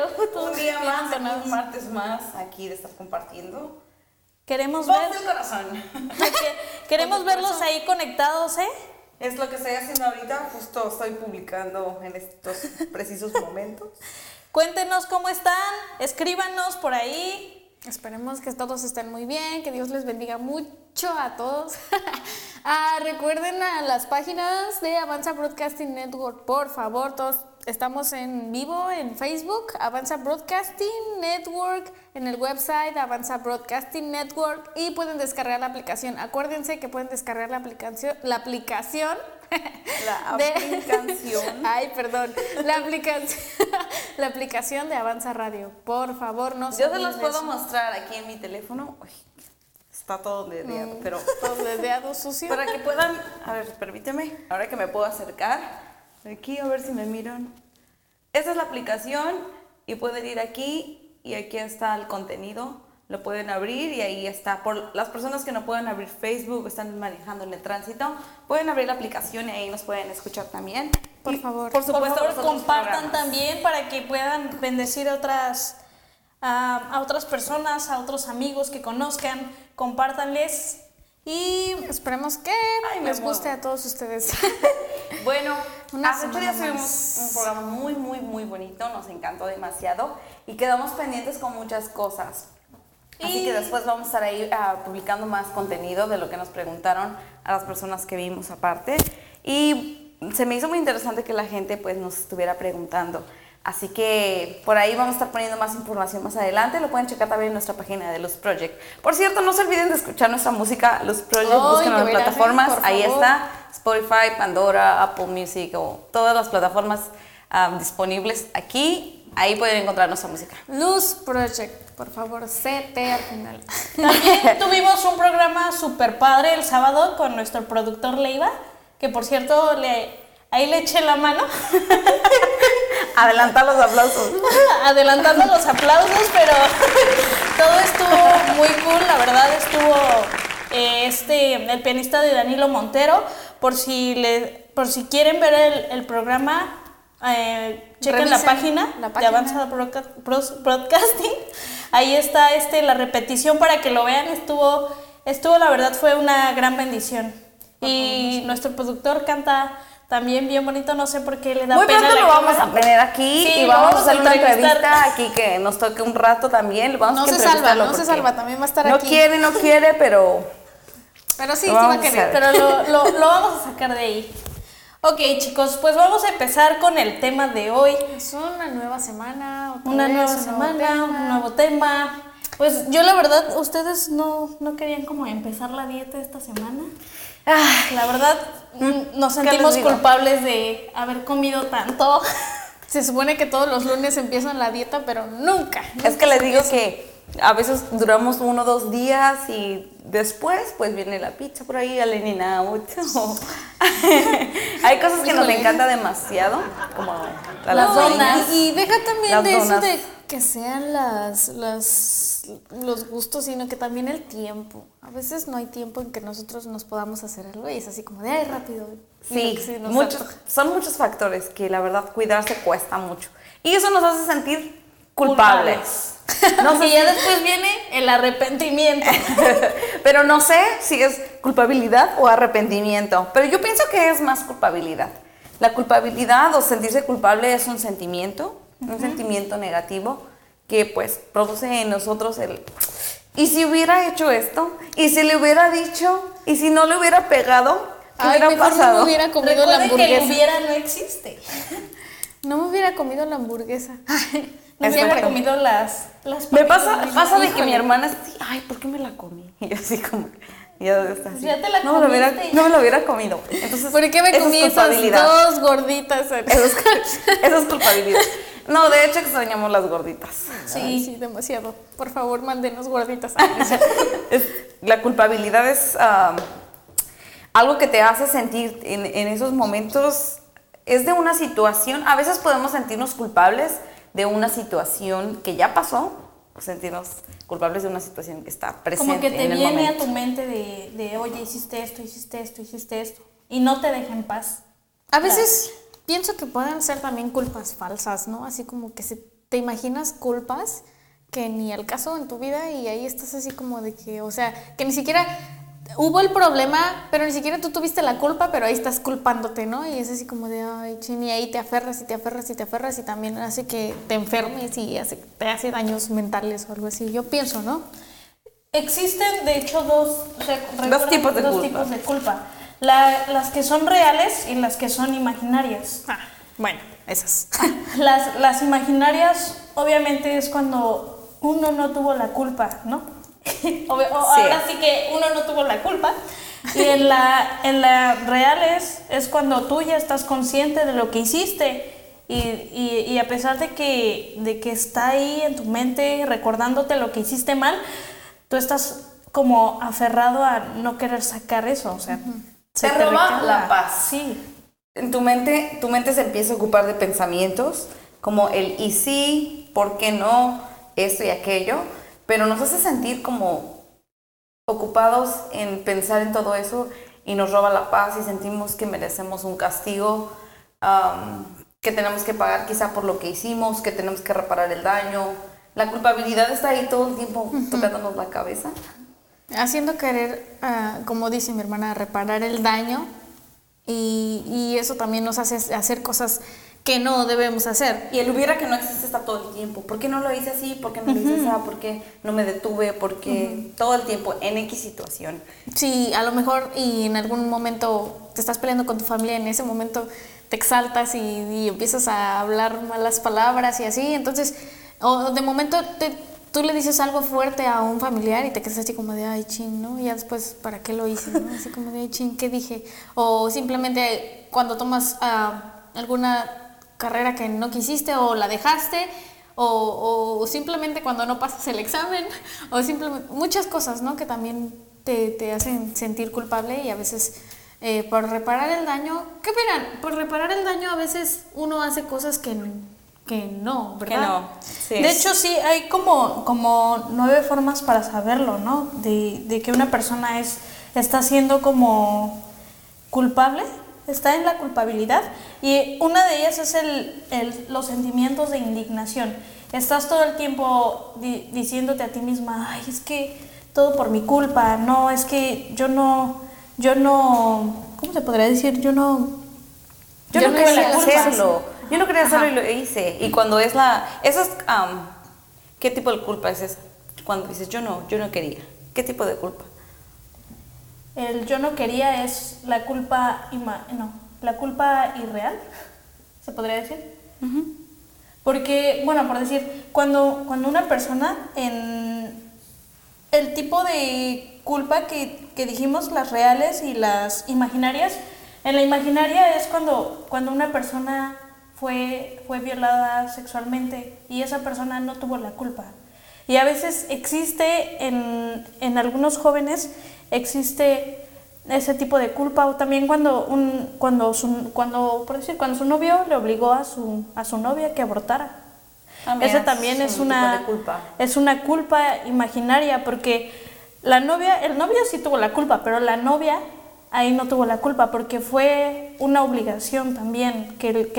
Un día más, un martes más, aquí de estar compartiendo. Queremos Voz ver. del corazón. Queremos verlos ahí conectados, ¿eh? Es lo que estoy haciendo ahorita, justo estoy publicando en estos precisos momentos. Cuéntenos cómo están, escríbanos por ahí. Esperemos que todos estén muy bien, que Dios les bendiga mucho a todos. Recuerden a las páginas de Avanza Broadcasting Network, por favor, todos estamos en vivo en Facebook, Avanza Broadcasting Network, en el website Avanza Broadcasting Network y pueden descargar la aplicación. Acuérdense que pueden descargar la aplicación. La aplicación de Avanza Radio. Por favor, no se Yo se olviden los de puedo eso. mostrar aquí en mi teléfono. Uy, está todo dedeado, pero Todo dedeado sucio. para que puedan, a ver, permíteme, ahora que me puedo acercar, aquí a ver si me miran. Esta es la aplicación y pueden ir aquí y aquí está el contenido. Lo pueden abrir y ahí está. Por las personas que no pueden abrir Facebook, están manejando en el tránsito, pueden abrir la aplicación y ahí nos pueden escuchar también. Por Y, favor. por supuesto, Por los favor, otros compartan programas. también para que puedan bendecir a otras personas, a otros amigos que conozcan. Compártanles. Y Esperemos que Ay, me les guste muevo. a todos ustedes. Bueno, Una hace 8 días semana tuvimos más. un programa muy bonito, nos encantó demasiado y quedamos pendientes con muchas cosas. Así que después vamos a estar ahí publicando más contenido de lo que nos preguntaron a las personas que vimos aparte. Y se me hizo muy interesante que la gente pues nos estuviera preguntando. Así que por ahí vamos a estar poniendo más información más adelante. Lo pueden checar también en nuestra página de Luz Project. Por cierto, no se olviden de escuchar nuestra música Luz Project. Ay, Busquen en de las veras, plataformas. por Ahí favor. está Spotify, Pandora, Apple Music o todas las plataformas disponibles aquí. Ahí pueden encontrar nuestra música. Luz Project, por favor, CT al final. también tuvimos un programa súper padre el sábado con nuestro productor Leiva, que por cierto ahí le eché la mano, Adelantar los aplausos. adelantando los aplausos, pero todo estuvo muy cool, la verdad estuvo el pianista de Danilo Montero, por si quieren ver el programa, chequen la Revisen página la de página. Avanza Broadcasting, ahí está la repetición para que lo vean, estuvo la verdad fue una gran bendición. Y nuestro productor canta también bien bonito, no sé por qué le da Muy pena pronto la lo vamos cámara. a tener aquí Sí, y lo vamos a vamos a hacer una entrevistar. entrevista aquí que nos toque un rato también. Vamos No a se entrevistarlo salva, no se porque salva, también va a estar no aquí. no quiere, pero Pero sí, Lo sí va a vamos a querer. hacer. Pero lo vamos a sacar de ahí. Ok, chicos, pues vamos a empezar con el tema de hoy. Es una nueva semana, otra Una vez, nueva un nuevo semana, tema. un nuevo tema. Pues yo la verdad, ustedes no querían como empezar la dieta esta semana. La verdad, nos ¿qué les sentimos digo? culpables de haber comido tanto. Se supone que todos los lunes empiezan la dieta, pero nunca. es que les digo que a veces duramos 1 o 2 días y después pues viene la pizza por ahí, el in and out. Hay cosas que nos Híjole. encanta demasiado, como las Las No, donas. y deja también Las de eso donas. de que sean los gustos, sino que también el tiempo. A veces no hay tiempo en que nosotros nos podamos hacer algo y es así como de, ay, rápido. Y lo que Sí, se nos muchos, antoja. son muchos factores que la verdad cuidarse cuesta mucho. Y eso nos hace sentir culpables. No sé, y ya después viene el arrepentimiento. Pero no sé si es culpabilidad o arrepentimiento. Pero yo pienso que es más culpabilidad. La culpabilidad o sentirse culpable es un sentimiento negativo que pues produce en nosotros el... ¿Y si hubiera hecho esto? ¿Y si le hubiera dicho? ¿Y si no le hubiera pegado? ¿Qué Ay, hubiera mejor pasado? no me hubiera comido la Recuerden que el hamburguesa. hubiera no existe. No me hubiera comido la hamburguesa. No Es hubiera verdad. comido las Me papitas. pasa de que Híjole. mi hermana es así, ay, ¿por qué me la comí? Y yo así como, ya está así. Ya te la no me lo hubiera, comiste. no me lo hubiera comido. Entonces, ¿Por qué me eso es comí esas culpabilidad. dos gorditas? Eso es culpabilidad. No, de hecho extrañamos las gorditas. Sí, sí, demasiado. Por favor, mándenos gorditas. La culpabilidad es algo que te hace sentir en esos momentos, es de una situación, a veces podemos sentirnos culpables de una situación que ya pasó, o sentirnos culpables de una situación que está presente Como que te en el viene a momento. tu mente de, oye, hiciste esto, y no te deja en paz. A veces pienso que pueden ser también culpas falsas, ¿no? Así como que se te imaginas culpas que ni al caso en tu vida y ahí estás así como de que, o sea, que ni siquiera hubo el problema, pero ni siquiera tú tuviste la culpa, pero ahí estás culpándote, ¿no? Y es así como de, ay, chin, y ahí te aferras y te aferras y te aferras y también hace que te enfermes y te hace daños mentales o algo así. Yo pienso, ¿no? Existen, de hecho, dos tipos de culpa. tipos de culpa. Las que son reales y las que son imaginarias. Bueno, esas. Las imaginarias, obviamente, es cuando uno no tuvo la culpa, ¿no? Ahora sí que uno no tuvo la culpa. Y en la reales es cuando tú ya estás consciente de lo que hiciste. Y a pesar de que está ahí en tu mente recordándote lo que hiciste mal, tú estás como aferrado a no querer sacar eso, o sea, te roba la paz. Sí. En tu mente se empieza a ocupar de pensamientos como el y sí, por qué no, esto y aquello, pero nos hace sentir como ocupados en pensar en todo eso y nos roba la paz y sentimos que merecemos un castigo, que tenemos que pagar quizá por lo que hicimos, que tenemos que reparar el daño. La culpabilidad está ahí todo el tiempo tocándonos la cabeza. Haciendo querer, como dice mi hermana, reparar el daño y eso también nos hace hacer cosas que no debemos hacer. Y el hubiera que no existe está todo el tiempo. ¿Por qué no lo hice así? ¿Por qué no lo hice así? ¿Por qué no me detuve? ¿Por qué? Todo el tiempo, en X situación. Sí, a lo mejor y en algún momento te estás peleando con tu familia, en ese momento te exaltas y empiezas a hablar malas palabras y así, entonces, o de momento tú le dices algo fuerte a un familiar y te quedas así como de, ay, chin, ¿no? Y ya después, ¿para qué lo hice? ¿No? Así como de, ay, chin, ¿qué dije? O simplemente cuando tomas alguna carrera que no quisiste o la dejaste, o simplemente cuando no pasas el examen, o simplemente muchas cosas, ¿no? Que también te hacen sentir culpable y a veces por reparar el daño, ¿qué opinan? Por reparar el daño a veces uno hace cosas que no, ¿verdad? Que no, sí. De hecho, sí, hay como 9 formas para saberlo, ¿no? De que una persona está siendo como culpable, está en la culpabilidad, y una de ellas es los sentimientos de indignación. Estás todo el tiempo diciéndote a ti misma, ay, es que todo por mi culpa, no, es que yo no, ¿cómo se podría decir? Yo no quería culpa. hacerlo. Yo no quería hacerlo y lo hice. Y cuando eso es, ¿qué tipo de culpa es esa? Cuando dices, yo no quería. ¿Qué tipo de culpa? El yo no quería es la culpa, la culpa irreal, ¿se podría decir? Uh-huh. Porque, bueno, por decir, cuando una persona, en el tipo de culpa que dijimos, las reales y las imaginarias, en la imaginaria es cuando una persona fue violada sexualmente y esa persona no tuvo la culpa. Y a veces existe en algunos jóvenes existe ese tipo de culpa, o también cuando su novio le obligó a su novia que abortara. Ese también es una culpa imaginaria, porque el novio sí tuvo la culpa, pero la novia ahí no tuvo la culpa porque fue una obligación también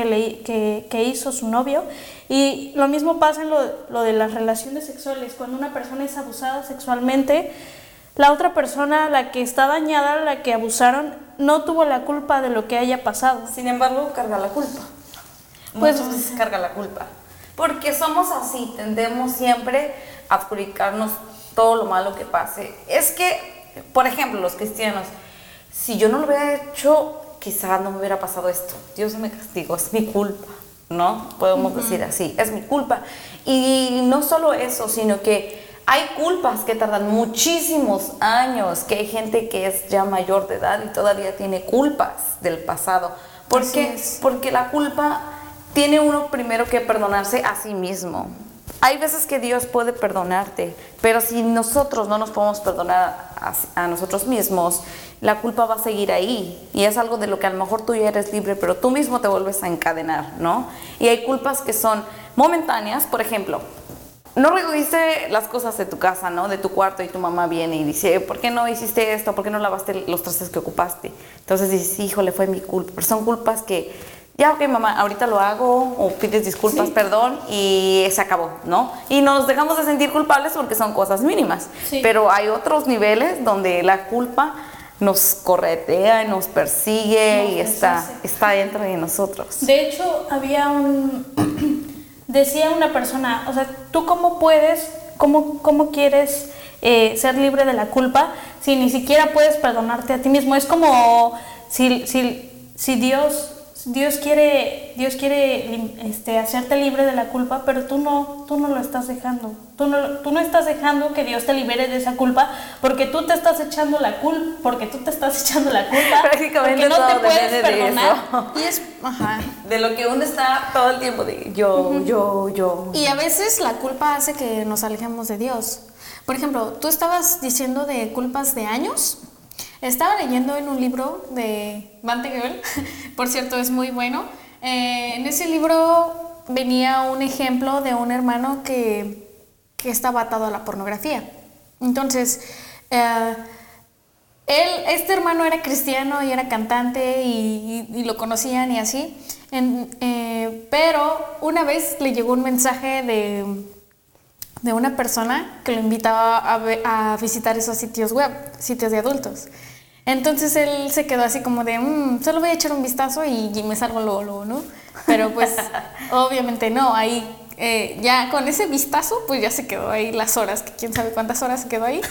que hizo su novio. Y lo mismo pasa en lo de las relaciones sexuales. Cuando una persona es abusada sexualmente, la otra persona, la que está dañada, la que abusaron, no tuvo la culpa de lo que haya pasado. Sin embargo, carga la culpa. Muchas veces carga la culpa. Porque somos así, tendemos siempre a adjudicarnos todo lo malo que pase. Es que, por ejemplo, los cristianos, si yo no lo hubiera hecho, quizás no me hubiera pasado esto. Dios me castigó, es mi culpa, ¿no? Podemos decir así, es mi culpa. Y no solo eso, sino que hay culpas que tardan muchísimos años, que hay gente que es ya mayor de edad y todavía tiene culpas del pasado. ¿Por qué? Porque la culpa tiene uno primero que perdonarse a sí mismo. Hay veces que Dios puede perdonarte, pero si nosotros no nos podemos perdonar a nosotros mismos, la culpa va a seguir ahí. Y es algo de lo que a lo mejor tú ya eres libre, pero tú mismo te vuelves a encadenar, ¿no? Y hay culpas que son momentáneas. Por ejemplo, no recogiste las cosas de tu casa, ¿no? De tu cuarto, y tu mamá viene y dice, ¿por qué no hiciste esto? ¿Por qué no lavaste los trastes que ocupaste? Entonces dices, híjole, fue mi culpa. Pero son culpas que ya, ok, mamá, ahorita lo hago, o pides disculpas, perdón, y se acabó, ¿no? Y nos dejamos de sentir culpables porque son cosas mínimas. Sí. Pero hay otros niveles donde la culpa nos corretea, nos persigue y está dentro de nosotros. De hecho, decía una persona, o sea, ¿tú cómo puedes, cómo quieres ser libre de la culpa si ni siquiera puedes perdonarte a ti mismo? Es como si Dios quiere hacerte libre de la culpa, pero tú no lo estás dejando. Tú no estás dejando que Dios te libere de esa culpa porque tú te estás echando la culpa, Prácticamente porque no te todo puedes depende de perdonar. eso. Y De lo que uno está todo el tiempo de yo. Y a veces la culpa hace que nos alejemos de Dios. Por ejemplo, tú estabas diciendo de culpas de años. Estaba leyendo en un libro de Van Tegel, por cierto, es muy bueno. En ese libro venía un ejemplo de un hermano que estaba atado a la pornografía. Entonces, este hermano era cristiano y era cantante y lo conocían y así. Pero una vez le llegó un mensaje de una persona que lo invitaba a visitar esos sitios web, sitios de adultos. Entonces él se quedó así como de, solo voy a echar un vistazo y me salgo luego, ¿no? Pero pues obviamente no, ahí ya con ese vistazo pues ya se quedó ahí las horas, que quién sabe cuántas horas se quedó ahí.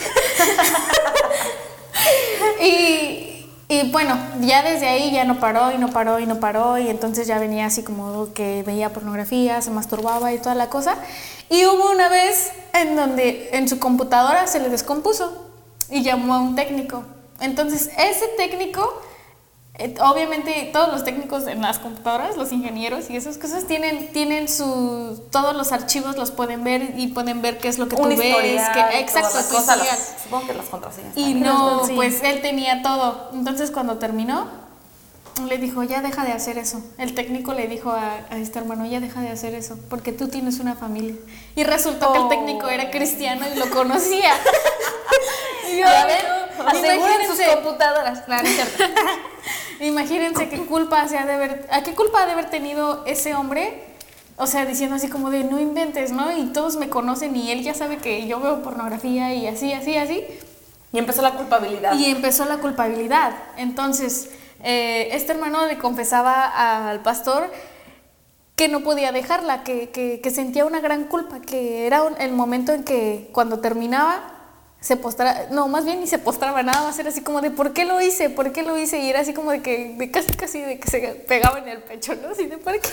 Y bueno, ya desde ahí ya no paró y entonces ya venía así como que veía pornografía, se masturbaba y toda la cosa. Y hubo una vez en donde en su computadora se le descompuso y llamó a un técnico. Entonces ese técnico, obviamente todos los técnicos en las computadoras, los ingenieros y esas cosas tienen todos los archivos los pueden ver y pueden ver qué es lo que tú ves. Exacto, tu historial. Supongo que las contraseñas. Y no, pues él tenía todo. Entonces cuando terminó, le dijo, ya deja de hacer eso. El técnico le dijo a este hermano, ya deja de hacer eso, porque tú tienes una familia. Y resultó que el técnico era cristiano y lo conocía. Y ya ven, aseguren sus computadoras. Claro, cierto. Imagínense a qué culpa ha de haber tenido ese hombre. O sea, diciendo así como de, no inventes, ¿no? Y todos me conocen y él ya sabe que yo veo pornografía y así. Y empezó la culpabilidad. Entonces, este hermano le confesaba al pastor que no podía dejarla, que sentía una gran culpa, que era el momento en que cuando terminaba se postraba, no, más bien ni se postraba, nada más era así como de ¿por qué lo hice? Y era así como de que casi de que se pegaba en el pecho, ¿no? Así de ¿por qué?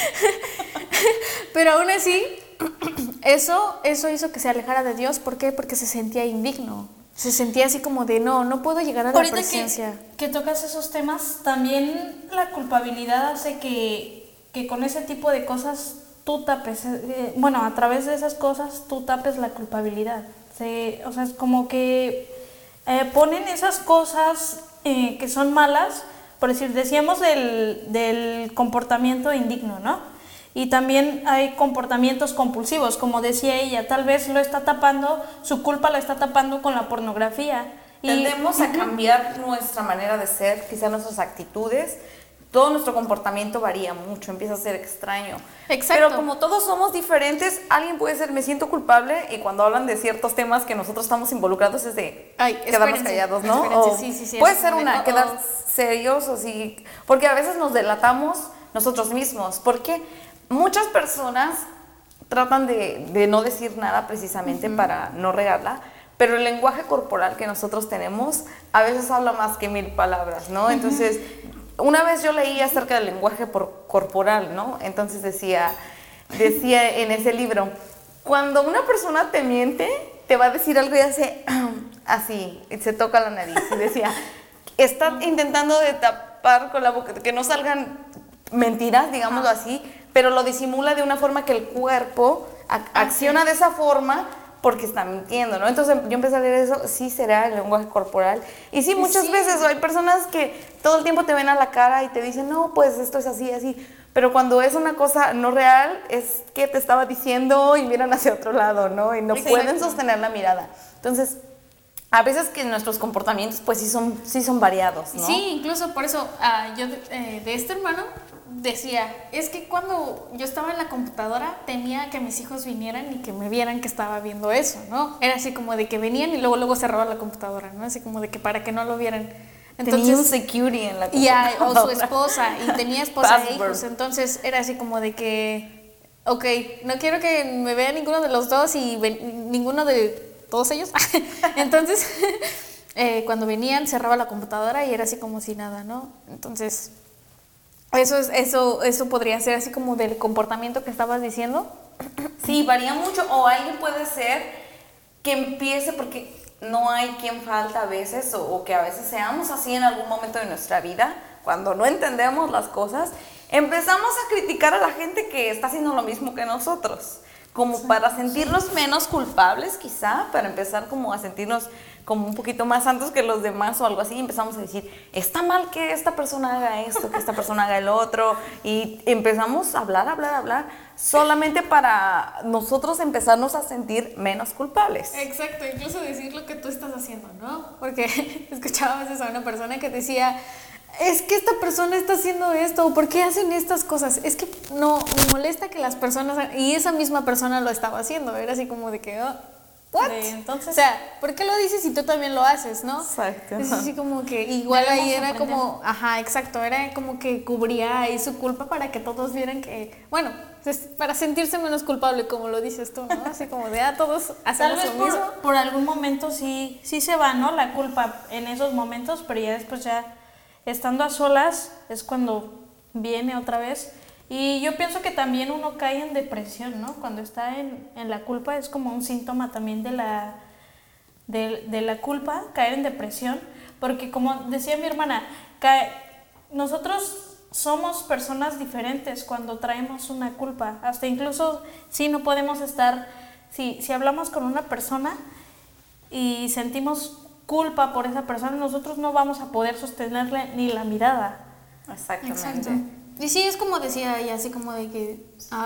Pero aún así, eso hizo que se alejara de Dios. ¿Por qué? Porque se sentía indigno. Se sentía así como de no puedo llegar a la presencia. Que tocas esos temas, también la culpabilidad hace que con ese tipo de cosas tú tapes, a través de esas cosas tú tapes la culpabilidad. O sea, es como que ponen esas cosas que son malas, por decir, decíamos del comportamiento indigno, ¿no? Y también hay comportamientos compulsivos, como decía ella, tal vez su culpa la está tapando con la pornografía. Tendemos a cambiar nuestra manera de ser, quizás nuestras actitudes, todo nuestro comportamiento varía mucho, empieza a ser extraño. Exacto. Pero como todos somos diferentes, alguien puede ser, me siento culpable, y cuando hablan de ciertos temas que nosotros estamos involucrados es de quedarnos callados, ¿no? Sí, puede ser quedar serios, o sí, porque a veces nos delatamos nosotros mismos, porque muchas personas tratan de no decir nada precisamente para no regarla, pero el lenguaje corporal que nosotros tenemos a veces habla más que 1000 palabras, ¿no? Entonces, una vez yo leí acerca del lenguaje corporal, ¿no? Entonces decía en ese libro, cuando una persona te miente, te va a decir algo y hace así, y se toca la nariz, y decía, está intentando de tapar con la boca, que no salgan mentiras, digámoslo así, pero lo disimula de una forma que el cuerpo acciona de esa forma porque está mintiendo, ¿no? Entonces yo empecé a leer eso, sí será el lenguaje corporal. Y sí, muchas veces hay personas que todo el tiempo te ven a la cara y te dicen, no, pues esto es así, así. Pero cuando es una cosa no real, es que te estaba diciendo y miran hacia otro lado, ¿no? Y no pueden sostener la mirada. Entonces, a veces que nuestros comportamientos, pues sí son variados, ¿no? Sí, incluso por eso yo de este hermano decía, es que cuando yo estaba en la computadora temía que mis hijos vinieran y que me vieran que estaba viendo eso, ¿no? Era así como de que venían y luego cerraba la computadora, ¿no? Así como de que para que no lo vieran. Entonces, tenía un security en la computadora. o su esposa, y tenía esposa e hijos, entonces era así como de que, ok, no quiero que me vea ninguno de los dos y ninguno de todos ellos. Entonces, cuando venían cerraba la computadora y era así como si nada, ¿no? Entonces, eso podría ser así como del comportamiento que estabas diciendo. Sí, varía mucho, o alguien puede ser que empiece porque no hay quien falta a veces, o que a veces seamos así en algún momento de nuestra vida, cuando no entendemos las cosas, empezamos a criticar a la gente que está haciendo lo mismo que nosotros, como para sentirnos menos culpables quizá, para empezar como a sentirnos como un poquito más santos que los demás o algo así, y empezamos a decir, está mal que esta persona haga esto, que esta persona haga el otro, y empezamos a hablar, solamente para nosotros empezarnos a sentir menos culpables. Exacto, incluso decir lo que tú estás haciendo, ¿no? Porque escuchaba a veces a una persona que decía, es que esta persona está haciendo esto, ¿por qué hacen estas cosas? Es que no, me molesta que las personas, y esa misma persona lo estaba haciendo, era así como de que, ¿what? Entonces, o sea, ¿por qué lo dices si tú también lo haces, no? Exacto. Es así como que igual ahí era aprender. como, ajá, exacto, era como que cubría ahí su culpa para que todos vieran que, bueno, para sentirse menos culpable, como lo dices tú, ¿no? Así como de, todos hacemos tal vez lo mismo. por algún momento sí se va, ¿no? La culpa en esos momentos, pero ya después estando a solas es cuando viene otra vez. Y yo pienso que también uno cae en depresión, ¿no? Cuando está en la culpa es como un síntoma también de la culpa, caer en depresión, porque como decía mi hermana, nosotros somos personas diferentes cuando traemos una culpa, hasta incluso si no podemos estar, si hablamos con una persona y sentimos culpa por esa persona, nosotros no vamos a poder sostenerle ni la mirada. Exactamente. Exacto. Y sí, es como decía ella, así como de que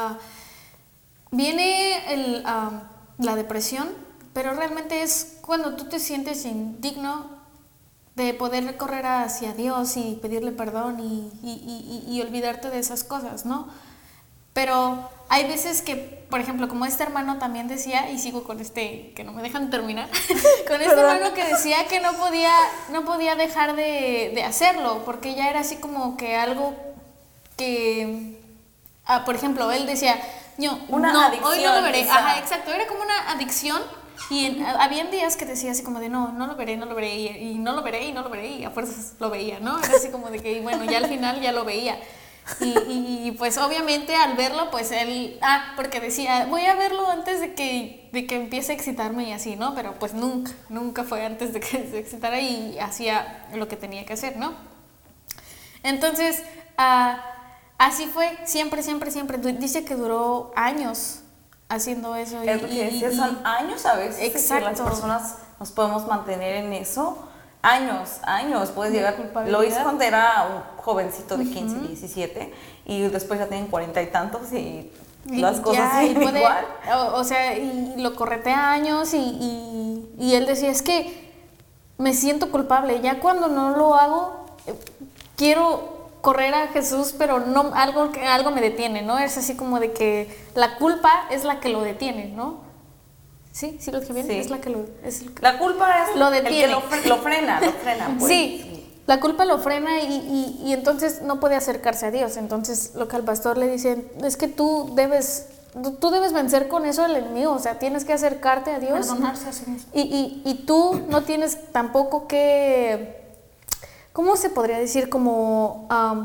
viene la depresión, pero realmente es cuando tú te sientes indigno de poder correr hacia Dios y pedirle perdón y olvidarte de esas cosas, ¿no? Pero hay veces que, por ejemplo, como este hermano también decía, y sigo con que no me dejan terminar, con este hermano que decía que no podía dejar de hacerlo, porque ya era así como que algo que, por ejemplo, él decía, una adicción, hoy no lo veré. quizá. Ajá, exacto, era como una adicción. Y habían días que decía así como de no lo veré, y no lo veré, y a fuerzas lo veía, ¿no? Era así como de que, bueno, ya al final ya lo veía. Y pues obviamente al verlo, pues él, porque decía, voy a verlo antes de que empiece a excitarme y así, ¿no? Pero pues nunca fue antes de que se excitara y hacía lo que tenía que hacer, ¿no? Entonces, así fue, siempre. Dice que duró años haciendo eso. Es lo que decía, son años a veces. Exacto. Que las personas nos podemos mantener en eso. Años, puedes llegar. Lo hice cuando era un jovencito de 15, 17 y después ya tienen 40 y tantos y las cosas siguen igual. O sea, y lo corretea años y él decía, es que me siento culpable, ya cuando no lo hago, quiero correr a Jesús, pero no, algo me detiene, ¿no? Es así como de que la culpa es la que lo detiene, ¿no? Sí, lo dije bien, sí. Es la que la culpa es lo detiene. El que lo frena, pues. Sí, la culpa lo frena y entonces no puede acercarse a Dios. Entonces lo que al pastor le dice es que tú debes vencer con eso al enemigo, o sea, tienes que acercarte a Dios. Perdonarse a sí mismo. Y tú no tienes tampoco que, ¿cómo se podría decir? Como,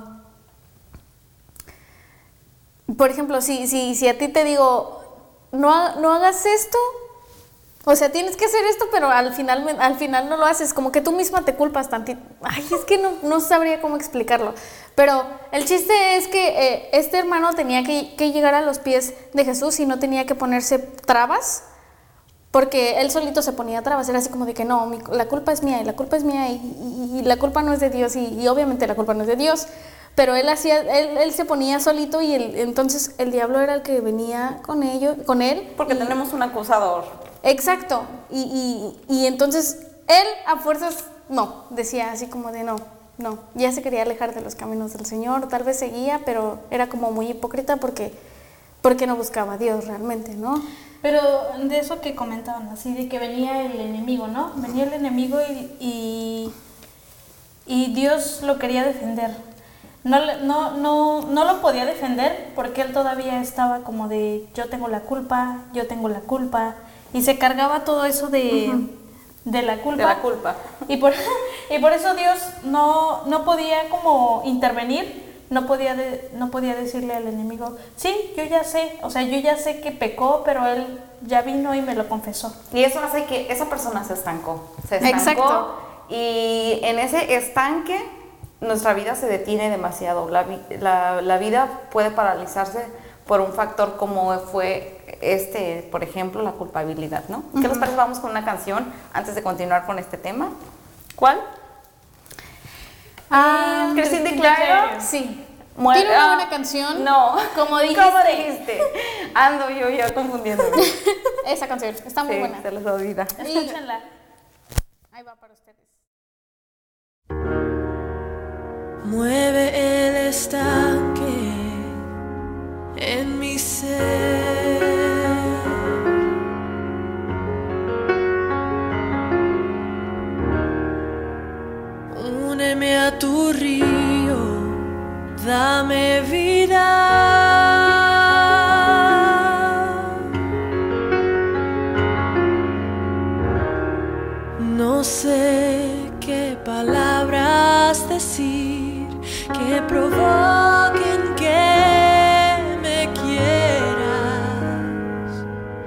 por ejemplo, si a ti te digo, no hagas esto, o sea, tienes que hacer esto, pero al final no lo haces, como que tú misma te culpas tantito. Ay, es que no sabría cómo explicarlo. Pero el chiste es que este hermano tenía que llegar a los pies de Jesús y no tenía que ponerse trabas, porque él solito se ponía trabas. Era así como de que no, la culpa es mía, y la culpa es mía, y la culpa no es de Dios, y obviamente la culpa no es de Dios. Pero él se ponía solito y entonces el diablo era el que venía con él. Porque tenemos un acusador. Exacto. Y entonces él a fuerzas no, decía así como de no, no, ya se quería alejar de los caminos del Señor, tal vez seguía, pero era como muy hipócrita porque no buscaba a Dios realmente, ¿no? Pero de eso que comentaban, así de que venía el enemigo, ¿no? Venía el enemigo y Dios lo quería defender. No lo podía defender porque él todavía estaba como de yo tengo la culpa, y se cargaba todo eso de la culpa. De la culpa. Y por eso Dios no podía como intervenir. No podía decirle al enemigo, sí, yo ya sé que pecó, pero él ya vino y me lo confesó. Y eso hace que esa persona se estancó. Exacto. Y en ese estanque nuestra vida se detiene demasiado. La vida puede paralizarse por un factor como fue por ejemplo, la culpabilidad, ¿no? ¿Qué les parece? Vamos con una canción antes de continuar con este tema. ¿Cuál? Christine DeClario. Sí. ¿Tiene una buena canción? No. Como dijiste. ¿Cómo dijiste? Ando yo ya confundiéndome. Esa canción está muy buena. Se les olvida. Escúchenla. Ahí va para ustedes. Mueve el estanque en mi ser. Úneme a tu río, dame vida. No sé qué palabras decir que provoquen que me quieras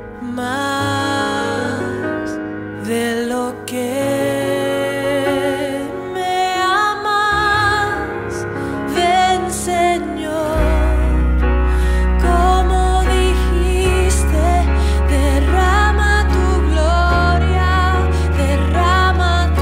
más de lo que derrama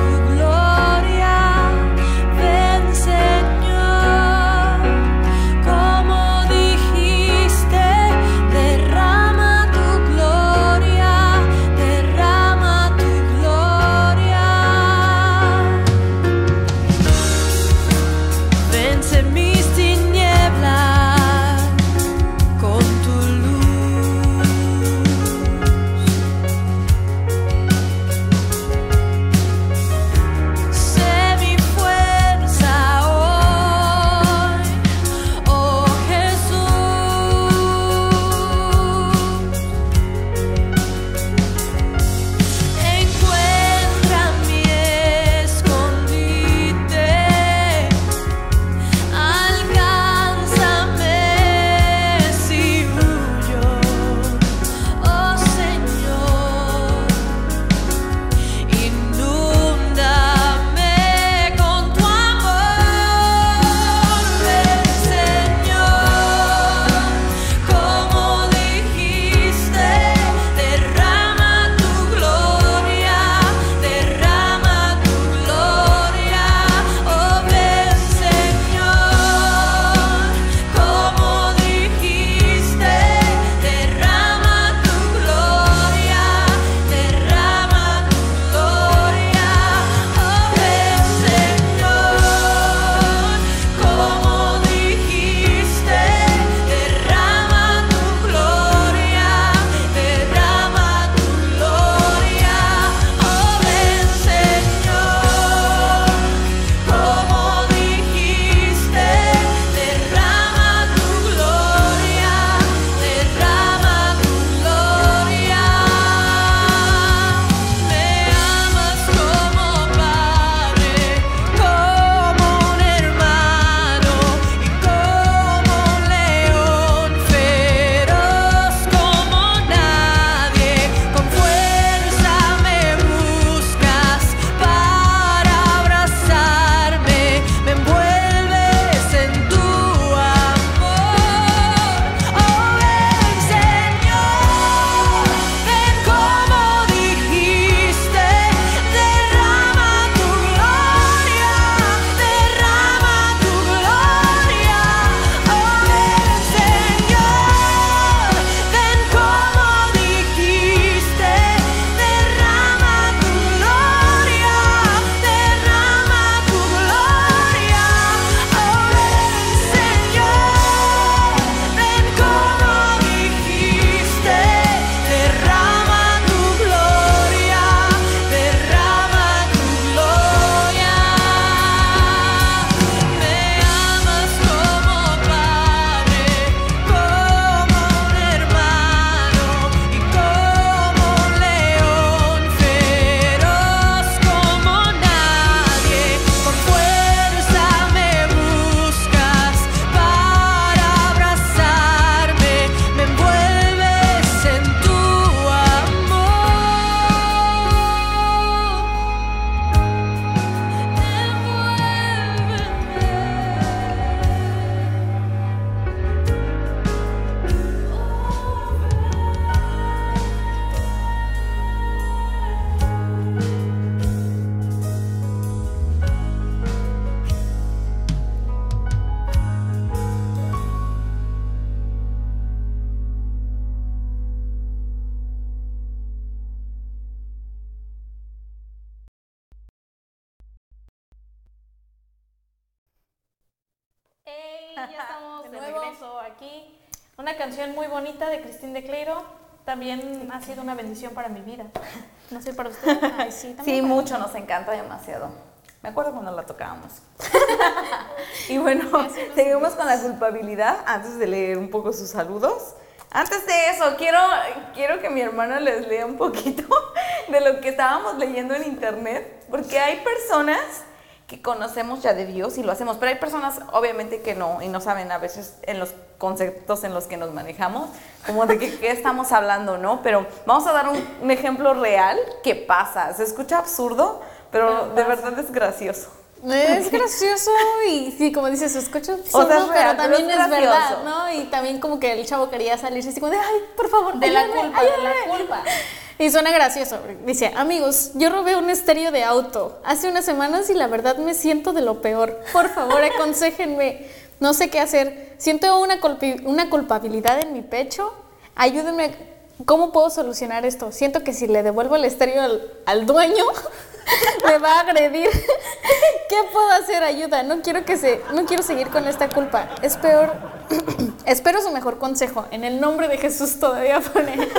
¡Ey! Ya estamos de nuevo. regreso aquí. Una canción muy bonita de Cristín de Cleiro. También ha sido una bendición para mi vida. No sé para ustedes. Ay, sí, Sí, también. mucho, nos encanta demasiado. Me acuerdo cuando la tocábamos. Y bueno, seguimos con la culpabilidad antes de leer un poco sus saludos. Antes de eso, quiero que mi hermana les lea un poquito de lo que estábamos leyendo en internet, porque hay personas que conocemos ya de Dios y lo hacemos, pero hay personas obviamente que no, y no saben a veces en los conceptos en los que nos manejamos, como de qué estamos hablando, ¿no? Pero vamos a dar un ejemplo real que pasa. Se escucha absurdo, pero de verdad es gracioso. Es gracioso y sí, como dices, se escucha absurdo, O sea, es real, pero también pero es es verdad, gracioso. ¿no? Y también como que el chavo quería salirse así como de, ay, por favor, De la ayúdame, culpa, de la ayúdame". culpa. Y suena gracioso. Dice, amigos, yo robé un estéreo de auto hace unas semanas y la verdad me siento de lo peor. Por favor, aconséjenme. No sé qué hacer. Siento una culpabilidad en mi pecho. Ayúdenme. ¿Cómo puedo solucionar esto? Siento que si le devuelvo el estéreo al dueño, me va a agredir. ¿Qué puedo hacer? Ayuda. No quiero seguir con esta culpa. Es peor. Espero su mejor consejo. En el nombre de Jesús todavía pone.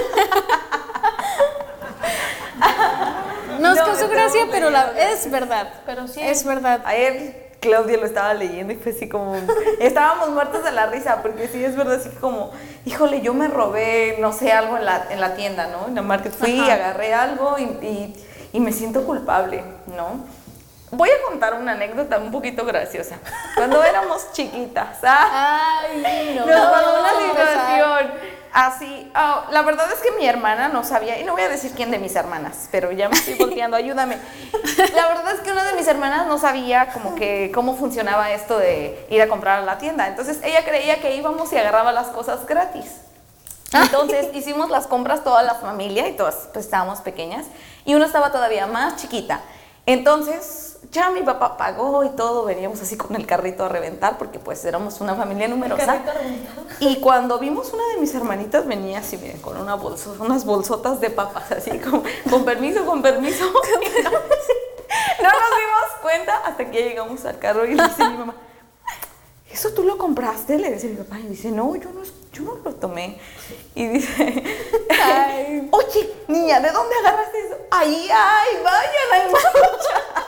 Nos No, causó estamos gracia, pero leyendo. es verdad. Pero sí. Es verdad. Ayer Claudia lo estaba leyendo y fue así como, estábamos muertos de la risa, porque sí es verdad, así como, híjole, yo me robé, no sé, algo en la tienda, ¿no? En la market fui, Ajá. agarré algo y me siento culpable, ¿no? Voy a contar una anécdota un poquito graciosa. Cuando éramos chiquitas, Ay, no. nos pasó no, una no, situación así. La verdad es que mi hermana no sabía, y no voy a decir quién de mis hermanas, pero ya me estoy volteando, ayúdame. La verdad es que una de mis hermanas no sabía como que cómo funcionaba esto de ir a comprar a la tienda. Entonces ella creía que íbamos y agarraba las cosas gratis. Entonces hicimos las compras toda la familia y todas pues estábamos pequeñas y una estaba todavía más chiquita. Entonces ya mi papá pagó y todo, veníamos así con el carrito a reventar porque pues éramos una familia numerosa. Y cuando vimos una de mis hermanitas venía así, miren, con unas bolsotas de papas, así como, con permiso, con permiso. No nos dimos cuenta hasta que ya llegamos al carro y le dice mi mamá, ¿eso tú lo compraste? Le dice mi papá y dice, no, yo no lo tomé. Y dice, oye, niña, ¿de dónde agarraste eso? Ahí hay, vayan, hay mucha.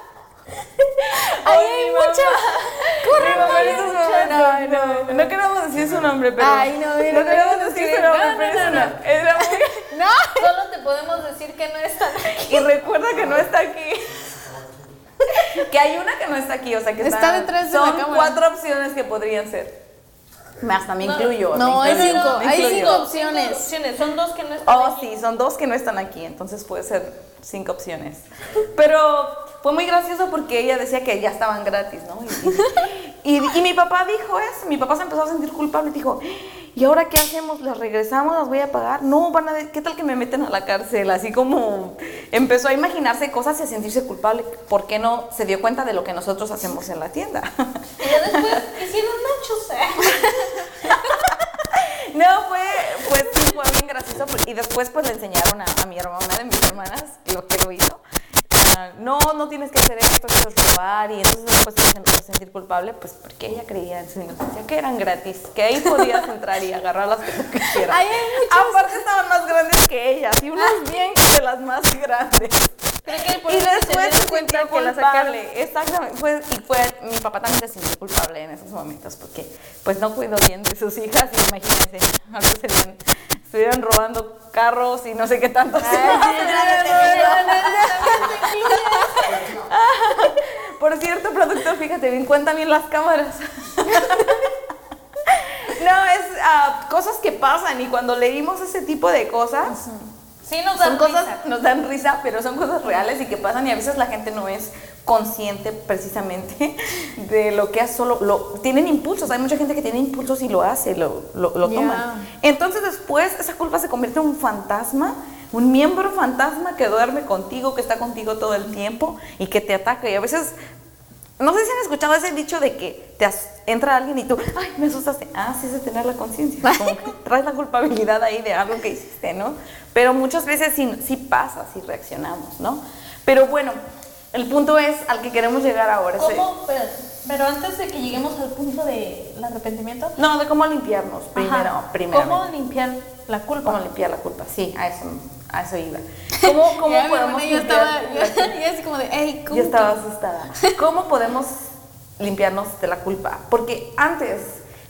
Ahí hay mucha. Corre, no queremos decir su nombre, pero. Ay, no, mira, no queremos no decir escribe. su nombre, No, pero no, es no, una- era muy- No. Solo te podemos decir que no está aquí. Y recuerda que no está aquí. Que hay una que no está aquí, o sea que Está detrás de la son cámara. 4 opciones que podrían ser. Hasta me incluyo. No, me hay incluyo, 5. me Hay incluyo. 5 opciones. Son dos que no están Oh, aquí. sí, son 2 que no están aquí, entonces puede ser 5 opciones. Pero fue muy gracioso porque ella decía que ya estaban gratis, ¿no? Y mi papá dijo eso, mi papá se empezó a sentir culpable y dijo, ¿y ahora qué hacemos? ¿Las regresamos? ¿Las voy a pagar? No, ¿qué tal que me meten a la cárcel? Así como empezó a imaginarse cosas y a sentirse culpable. ¿Por qué no se dio cuenta de lo que nosotros hacemos en la tienda? Y ya después hicieron nachos. No, pues sí, fue bien gracioso. Y después pues le enseñaron a mi hermana, una de mis hermanas, lo que lo hizo. No tienes que hacer esto, eso es robar. Y entonces después se empezó a sentir culpable, pues porque ella creía en su inocencia, que eran gratis, que ahí podías entrar y agarrar las que tú quisieras. Ahí hay muchas. Aparte estaban más grandes que ellas, y unas bien de las más grandes. Creo que por Y eso después se se dio cuenta sintió que la sacaron. culpable. Exactamente. Mi papá también se sintió culpable en esos momentos porque pues no cuidó bien de sus hijas y imagínense, ahora estuvieran robando carros y no sé qué tanto. Por cierto, productor, fíjate bien, cuenta bien las cámaras. No, es cosas que pasan y cuando leímos ese tipo de cosas... Sí nos dan Son cosas, risa. nos dan risa, pero son cosas reales y que pasan y a veces la gente no es consciente precisamente de lo que hace, tienen impulsos, hay mucha gente que tiene impulsos y lo hace, lo toman. Entonces después esa culpa se convierte en un fantasma, un miembro fantasma que duerme contigo, que está contigo todo el tiempo y que te ataca y a veces... No sé si han escuchado ese dicho de que entra alguien y tú, ay, me asustaste. Ah, sí, es de tener la conciencia. Como que traes la culpabilidad ahí de algo que hiciste, ¿no? Pero muchas veces sí pasa, sí reaccionamos, ¿no? Pero bueno, el punto es al que queremos llegar ahora. ¿Cómo? Pero antes de que lleguemos al punto del arrepentimiento. No, de cómo limpiarnos primero. ¿Cómo limpiar la culpa? ¿Cómo limpiar la culpa? Sí, a eso iba. ¿Cómo Ya, podemos yo limpiar? ya así como de, hey, Yo estaba asustada. ¿Cómo podemos limpiarnos de la culpa? Porque antes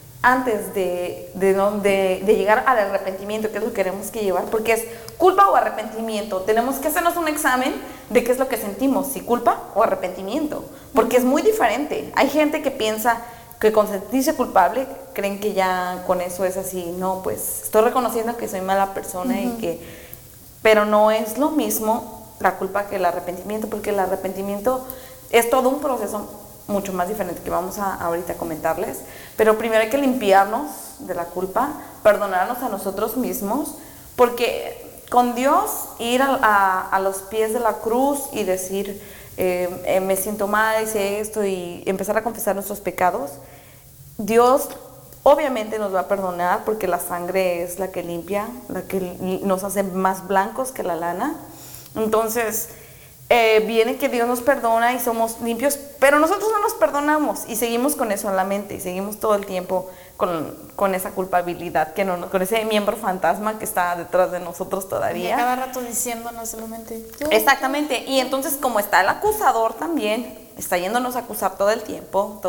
de llegar al arrepentimiento, que es lo que queremos que llevar, porque es culpa o arrepentimiento, tenemos que hacernos un examen de qué es lo que sentimos, si culpa o arrepentimiento, porque es muy diferente. Hay gente que piensa que con sentirse culpable creen que ya con eso es así, no, pues estoy reconociendo que soy mala persona pero no es lo mismo la culpa que el arrepentimiento, porque el arrepentimiento es todo un proceso mucho más diferente que vamos a ahorita comentarles, pero primero hay que limpiarnos de la culpa, perdonarnos a nosotros mismos, porque con Dios ir a los pies de la cruz y decir me siento mal, hice esto y empezar a confesar nuestros pecados, Dios obviamente nos va a perdonar porque la sangre es la que limpia, la que nos hace más blancos que la lana. Entonces viene que Dios nos perdona y somos limpios, pero nosotros no nos perdonamos y seguimos con eso en la mente y seguimos todo el tiempo con esa culpabilidad, con ese miembro fantasma que está detrás de nosotros todavía. Y a cada rato diciéndonos en la mente. Exactamente, y entonces como está el acusador también, está yéndonos a acusar todo el tiempo,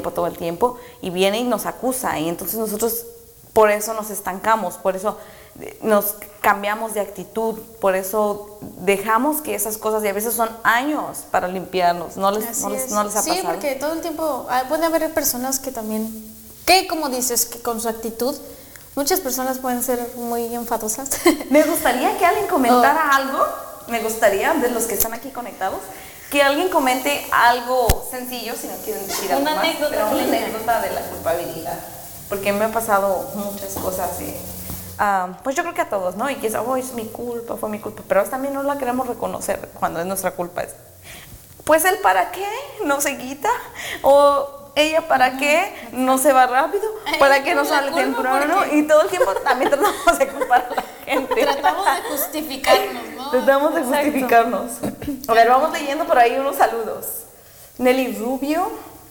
y viene y nos acusa, y entonces nosotros por eso nos estancamos, por eso nos cambiamos de actitud, por eso dejamos que esas cosas, y a veces son años para limpiarnos, no les ha pasado. Sí, porque todo el tiempo puede haber personas que también, que como dices, que con su actitud, muchas personas pueden ser muy enfadosas. Me gustaría que alguien comentara algo, me gustaría, de los que están aquí conectados, que alguien comente algo sencillo, si no quieren decir algo Una más, anécdota, pero una anécdota de la culpabilidad, porque me ha pasado muchas cosas y pues yo creo que a todos, ¿no? Y que es mi culpa, fue mi culpa, pero también no la queremos reconocer cuando es nuestra culpa. Pues él para qué no se quita, o ella para qué no se va rápido, para qué no sale temprano, y todo el tiempo también tratamos de culpar a la gente. Tratamos de justificarnos, ¿no? Tratamos de justificarnos. A ver, vamos leyendo por ahí unos saludos. Nelly Rubio,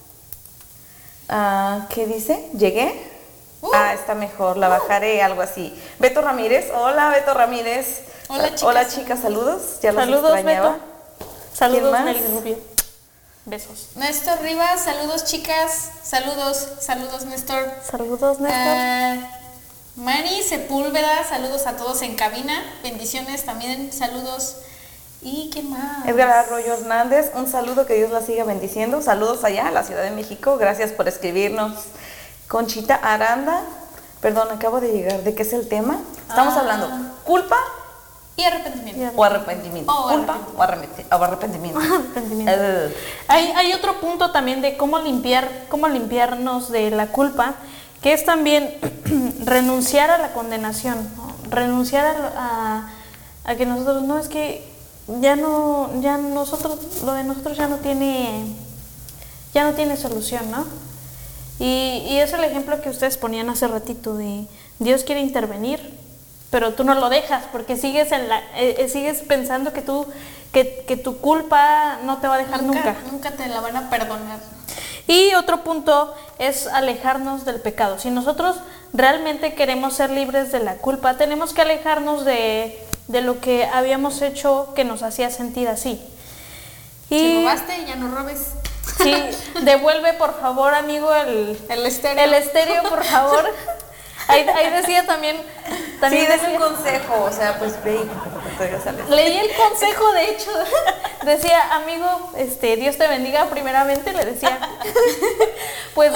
¿qué dice? ¿Llegué? Está mejor, la bajaré, algo así. Beto Ramírez, hola Beto Ramírez. Hola chicas, saludos. Ya los Saludos, extrañaba. Beto. Saludos, más? Nelly Rubio. Besos. Néstor Rivas, saludos chicas, saludos Néstor. Saludos, Néstor. Mari Sepúlveda, saludos a todos en cabina, bendiciones también, saludos. ¿Y qué más? Edgar Arroyo Hernández, un saludo, que Dios la siga bendiciendo. Saludos allá a la Ciudad de México, gracias por escribirnos. Conchita Aranda, perdón, acabo de llegar. ¿De qué es el tema? Estamos hablando culpa Y arrepentimiento. o arrepentimiento. O Culpa o arrepentimiento. Arrepentimiento. Hay otro punto también de cómo limpiarnos de la culpa, que es también renunciar a la condenación, ¿no? Renunciar a que nosotros, no, es que ya nosotros, lo de nosotros ya no tiene solución, ¿no? Y es el ejemplo que ustedes ponían hace ratito de Dios quiere intervenir, pero tú no lo dejas porque sigues pensando que tu culpa no te va a dejar nunca. Nunca te la van a perdonar. Y otro punto es alejarnos del pecado. Si nosotros realmente queremos ser libres de la culpa, tenemos que alejarnos de lo que habíamos hecho que nos hacía sentir así. Si robaste, ya no robes. Sí, devuelve por favor, amigo, el estéreo, por favor. Ahí decía también Sí, decía, es un consejo, o sea, pues ve y sales. leí el consejo, de hecho, decía, amigo, Dios te bendiga primeramente, le decía, pues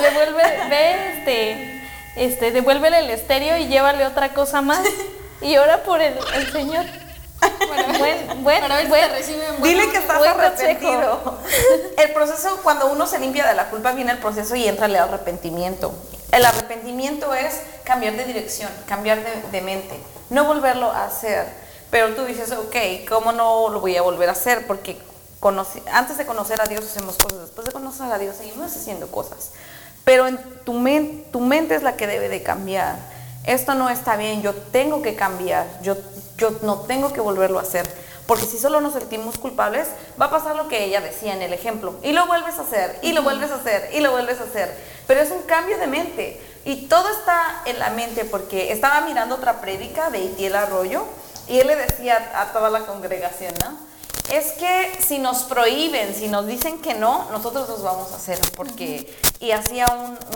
devuélvele el estéreo y llévale otra cosa más y ora por el Señor. Para ver si te reciben Dile que estás buen arrepentido. El proceso, cuando uno se limpia de la culpa, viene el proceso y entra el arrepentimiento. El arrepentimiento es cambiar de dirección, cambiar de mente, no volverlo a hacer. Pero tú dices, ok, ¿cómo no lo voy a volver a hacer? Porque antes de conocer a Dios hacemos cosas, después de conocer a Dios seguimos haciendo cosas. Pero en tu mente es la que debe de cambiar. Esto no está bien, yo tengo que cambiar, yo no tengo que volverlo a hacer. porque si solo nos sentimos culpables, va a pasar lo que ella decía en el ejemplo, y lo vuelves a hacer, y lo vuelves a hacer, y lo vuelves a hacer, pero es un cambio de mente, y todo está en la mente, porque estaba mirando otra prédica de Itiel Arroyo, y él le decía a toda la congregación, ¿no? Es que si nos prohíben, si nos dicen que no, nosotros los vamos a hacer, porque, y hacía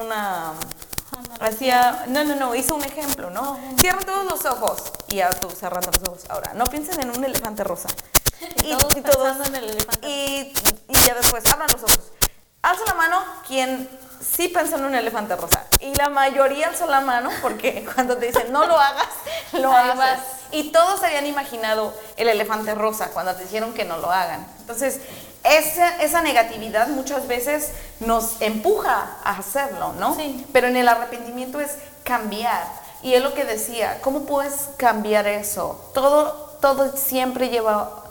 hizo un ejemplo, ¿no? Cierran todos los ojos, y ya tú cerrando los ojos. Ahora, no piensen en un elefante rosa. Todos pensando en el elefante. Y ya después, abran los ojos. Alza la mano quien sí pensó en un elefante rosa. Y la mayoría alzó la mano porque cuando te dicen no lo hagas, lo hagas. Y todos habían imaginado el elefante rosa cuando te dijeron que no lo hagan. Entonces, esa negatividad muchas veces nos empuja a hacerlo, ¿no? Sí. Pero en el arrepentimiento es cambiar. Y es lo que decía, ¿cómo puedes cambiar eso? Todo siempre lleva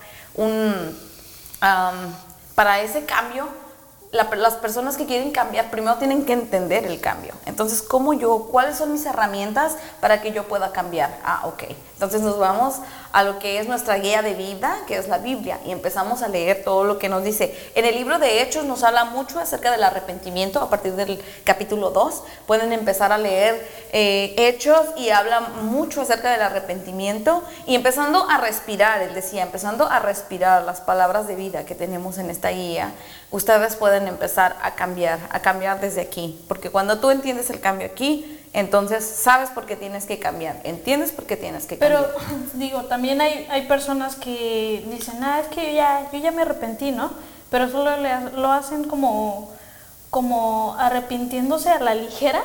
para ese cambio, las personas que quieren cambiar primero tienen que entender el cambio. Entonces, ¿cuáles son mis herramientas para que yo pueda cambiar? Ok. Entonces nos vamos a lo que es nuestra guía de vida, que es la Biblia, y empezamos a leer todo lo que nos dice. En el libro de Hechos nos habla mucho acerca del arrepentimiento, a partir del capítulo 2. Pueden empezar a leer Hechos y habla mucho acerca del arrepentimiento y empezando a respirar, él decía, empezando a respirar las palabras de vida que tenemos en esta guía, ustedes pueden empezar a cambiar desde aquí, porque cuando tú entiendes el cambio aquí, entonces sabes por qué tienes que cambiar, entiendes por qué tienes que cambiar. Pero digo, también hay personas que dicen, es que yo ya me arrepentí, ¿no? Pero solo lo hacen como arrepintiéndose a la ligera.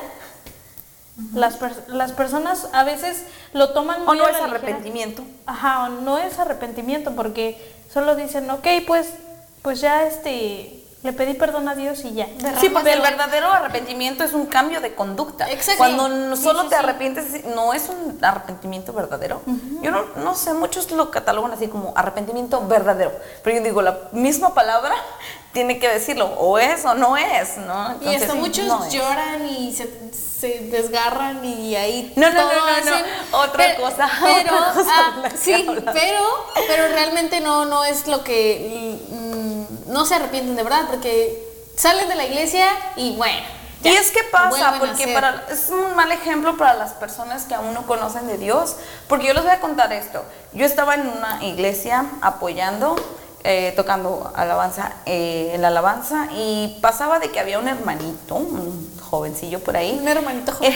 Las personas a veces lo toman muy o no a es la ligera. arrepentimiento. Ajá, o no es arrepentimiento porque solo dicen, ok, pues ya le pedí perdón a Dios y ya. Sí, porque el verdadero arrepentimiento es un cambio de conducta. Exacto. Cuando solo te arrepientes, no es un arrepentimiento verdadero. Yo no sé, muchos lo catalogan así como arrepentimiento verdadero. Pero yo digo, la misma palabra tiene que decirlo, o es o no es, ¿no? Entonces, y hasta muchos no es. lloran y se desgarran y ahí No, hacen. otra cosa. Pero, otra cosa de la que sí, hablas. pero realmente no es lo que no se arrepienten de verdad, porque salen de la iglesia y bueno. Y es que pasa, vuelven a porque hacer. es un mal ejemplo para las personas que aún no conocen de Dios, porque yo les voy a contar esto. Yo estaba en una iglesia apoyando, tocando alabanza, en la alabanza, y pasaba de que había un hermanito, un jovencillo por ahí. Un hermanito joven.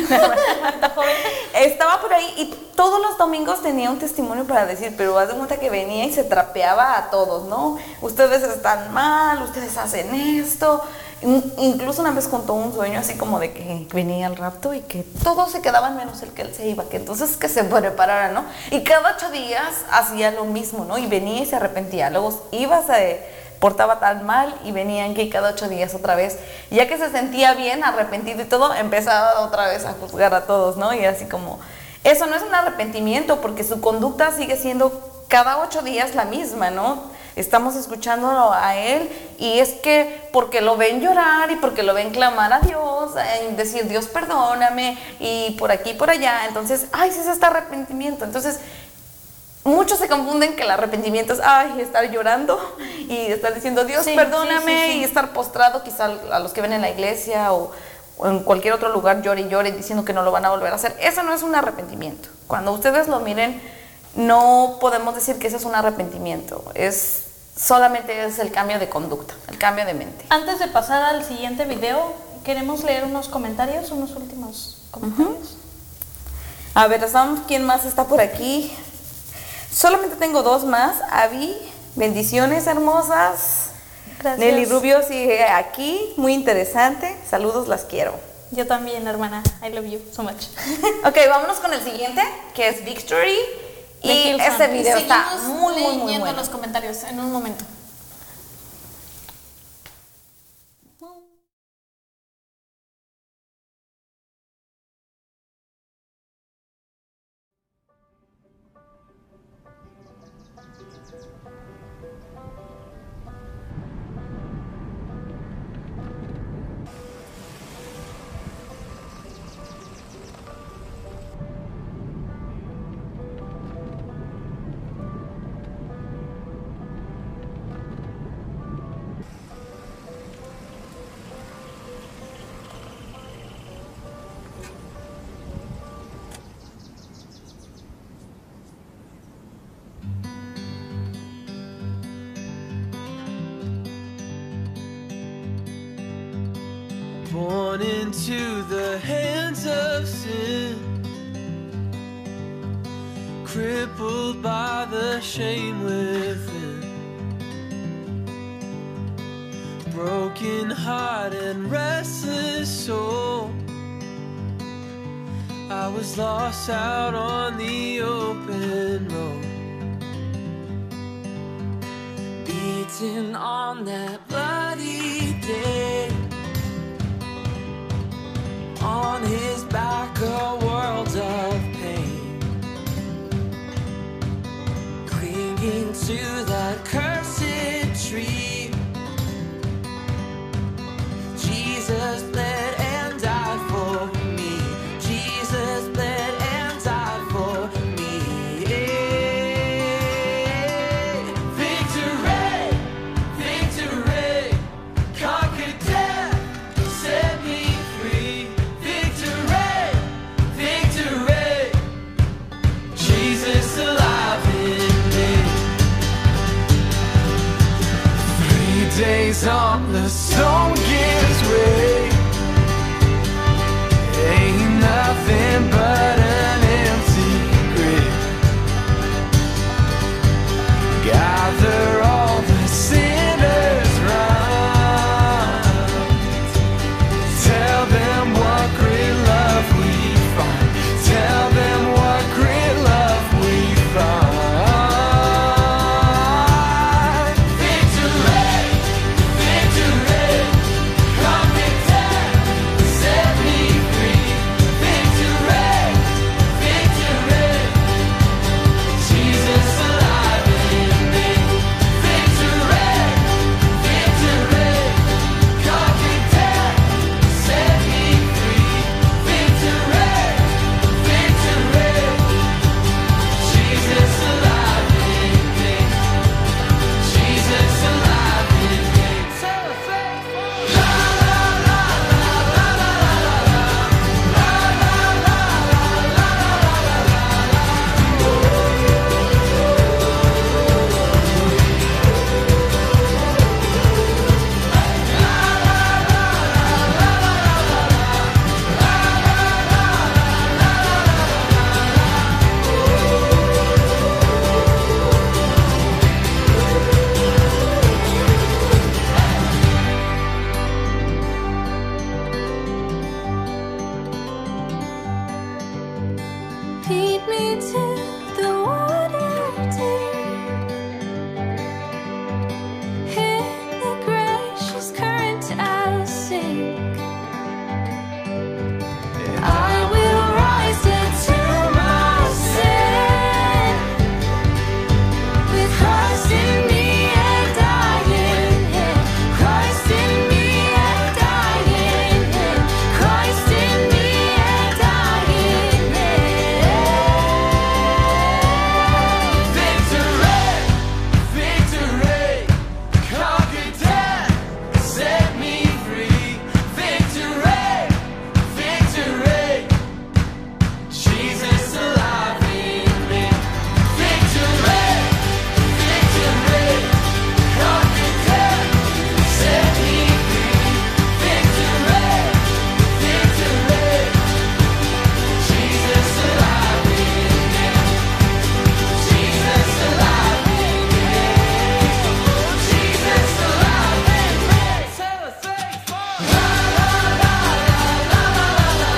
Estaba por ahí y todos los domingos tenía un testimonio para decir, pero haz de cuenta que venía y se trapeaba a todos, ¿no? Ustedes están mal, ustedes hacen esto. Incluso una vez contó un sueño así como de que venía el rapto y que todos se quedaban menos el que él se iba, que entonces que se preparara, ¿no? Y cada 8 días hacía lo mismo, ¿no? Y venía y se arrepentía, luego iba, se portaba tan mal y venían que cada 8 días otra vez, y ya que se sentía bien, arrepentido y todo, empezaba otra vez a juzgar a todos, ¿no? Y así como, eso no es un arrepentimiento, porque su conducta sigue siendo cada 8 días la misma, ¿no? Estamos escuchándolo a él, y es que porque lo ven llorar y porque lo ven clamar a Dios, decir Dios perdóname y por aquí y por allá, entonces, sí es este arrepentimiento. Entonces, muchos se confunden que el arrepentimiento es, estar llorando y estar diciendo Dios perdóname, y estar postrado, quizá a los que ven en la iglesia o en cualquier otro lugar llore y llore diciendo que no lo van a volver a hacer. Eso no es un arrepentimiento. Cuando ustedes lo miren, no podemos decir que eso es un arrepentimiento, solamente es el cambio de conducta, el cambio de mente. Antes de pasar al siguiente video, queremos leer unos comentarios, unos últimos comentarios. A ver, ¿quién más está por aquí? Solamente tengo 2 más. Avi, bendiciones hermosas. Gracias. Nelly Rubio sigue aquí, muy interesante. Saludos, las quiero. Yo también, hermana. I love you so much. Ok, vámonos con el siguiente, que es Victory. De Y Hillsong. este video está Seguimos muy leyendo bueno. los comentarios en un momento. Born into the hands of sin, crippled by the shame within, broken heart and restless soul. I was lost out on the open road, beaten on that bloody day. On his back a world of pain, clinging to that cursed tree. Jesus bled and died for me. Jesus bled and died for me. Victory, victory, conquered death, set me free. Victory, victory, Jesus alive in me. 3 days on the stone gives way. Ain't nothing but an empty grave. Gather all the sinners round, tell them what great love we find. Tell them what great love we find. Victory, victory, conquered death, set me free. Victory, victory, Jesus alive in me. Victory, victory, conquered death, set me free. Victory, victory, Jesus alive in me. Jesus alive in me. La la la la la la la Lead me to the water deep. In the gracious current I'll sink. I will rise into my sin, with Christ in me and I in Him. Christ in me and I in Him. Christ in me and I in Him. Victory, victory, conquered death, set me free. Victory, victory, Jesus alive in me. Victory, victory, conquered death, set me free. Victory, victory, Jesus alive in me. Jesus alive in me. Jesus alive in me. La la la la la la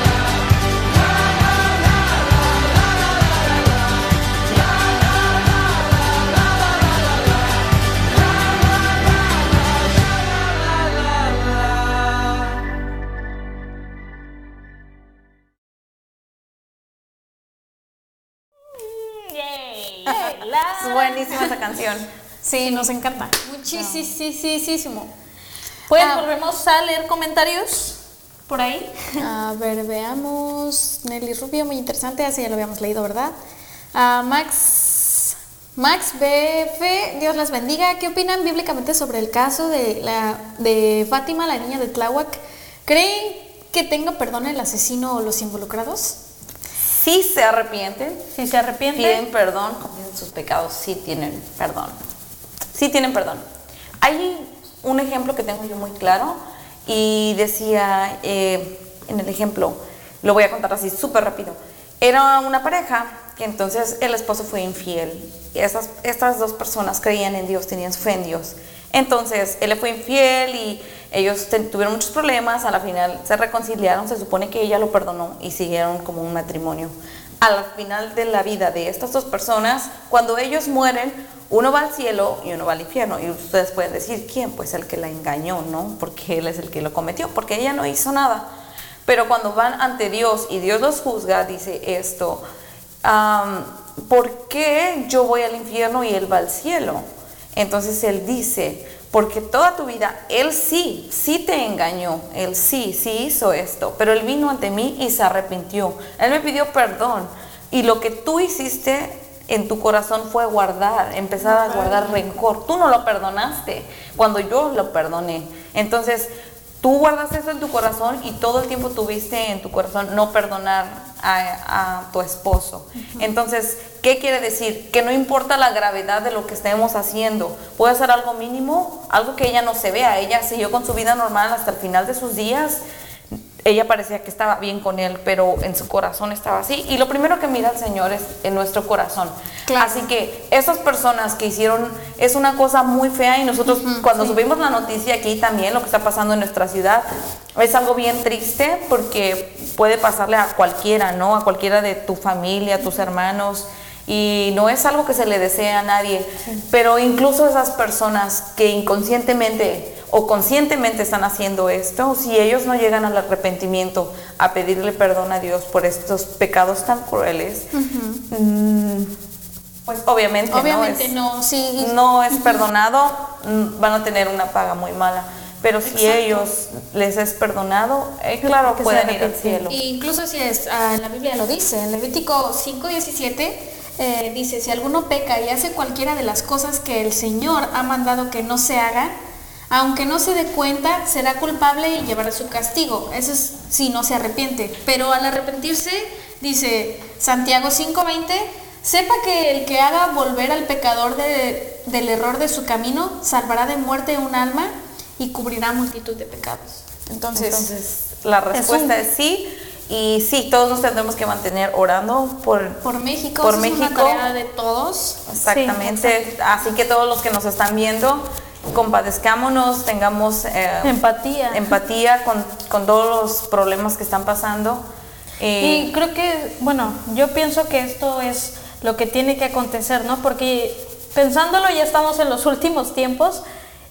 Yay. Es buenísima esa canción. Sí, nos encanta. Muchísimo. Pues volvemos a leer comentarios por ahí. A ver, veamos. Nelly Rubio, muy interesante. Así ya lo habíamos leído, ¿verdad? Max BF, Dios las bendiga. ¿Qué opinan bíblicamente sobre el caso de Fátima, la niña de Tláhuac? ¿Creen que tenga perdón el asesino o los involucrados? Sí se arrepienten, Si se arrepiente, piden perdón, confiesen sus pecados, sí tienen perdón. Sí tienen perdón. Hay un ejemplo que tengo yo muy claro y decía, en el ejemplo, lo voy a contar así súper rápido, era una pareja que entonces el esposo fue infiel. Y estas dos personas creían en Dios, tenían su fe en Dios. Entonces él le fue infiel y ellos tuvieron muchos problemas, a la final se reconciliaron, se supone que ella lo perdonó y siguieron como un matrimonio. Al final de la vida de estas dos personas, cuando ellos mueren, uno va al cielo y uno va al infierno. Y ustedes pueden decir, ¿quién? Pues el que la engañó, ¿no? Porque él es el que lo cometió, porque ella no hizo nada. Pero cuando van ante Dios y Dios los juzga, dice esto, ¿por qué yo voy al infierno y él va al cielo? Entonces él dice, porque toda tu vida él sí te engañó, él sí hizo esto, pero él vino ante mí y se arrepintió, él me pidió perdón y lo que tú hiciste en tu corazón fue empezar a guardar rencor, tú no lo perdonaste cuando yo lo perdoné. Entonces tú guardas eso en tu corazón y todo el tiempo tuviste en tu corazón no perdonar a tu esposo. Entonces, ¿qué quiere decir? Que no importa la gravedad de lo que estemos haciendo, puede ser algo mínimo, algo que ella no se vea. Ella siguió con su vida normal hasta el final de sus días. Ella parecía que estaba bien con él, pero en su corazón estaba así. Y lo primero que mira el Señor es en nuestro corazón. Claro. Así que esas personas que hicieron, es una cosa muy fea y nosotros cuando subimos la noticia aquí también, lo que está pasando en nuestra ciudad, es algo bien triste porque puede pasarle a cualquiera, ¿no? A cualquiera de tu familia, a tus hermanos. Y no es algo que se le desea a nadie, pero incluso esas personas que inconscientemente o conscientemente están haciendo esto, si ellos no llegan al arrepentimiento, a pedirle perdón a Dios por estos pecados tan crueles, pues obviamente no es perdonado, van a tener una paga muy mala. Pero si ellos les es perdonado, claro, Que pueden se ir al cielo. Y incluso si es, la Biblia lo dice, en Levítico 5:17 dice, si alguno peca y hace cualquiera de las cosas que el Señor ha mandado que no se hagan, aunque no se dé cuenta, será culpable y llevará su castigo. Eso es si no se arrepiente. Pero al arrepentirse, dice Santiago 5:20, sepa que el que haga volver al pecador del error de su camino, salvará de muerte un alma y cubrirá multitud de pecados. Entonces La respuesta es sí. Y sí, todos nos tendremos que mantener orando por México, por eso México. es una tarea de todos. Exactamente. Sí, Así que todos los que nos están viendo, compadezcámonos, tengamos empatía con todos los problemas que están pasando. Y creo que, bueno, yo pienso que esto es lo que tiene que acontecer, ¿no? Porque pensándolo ya estamos en los últimos tiempos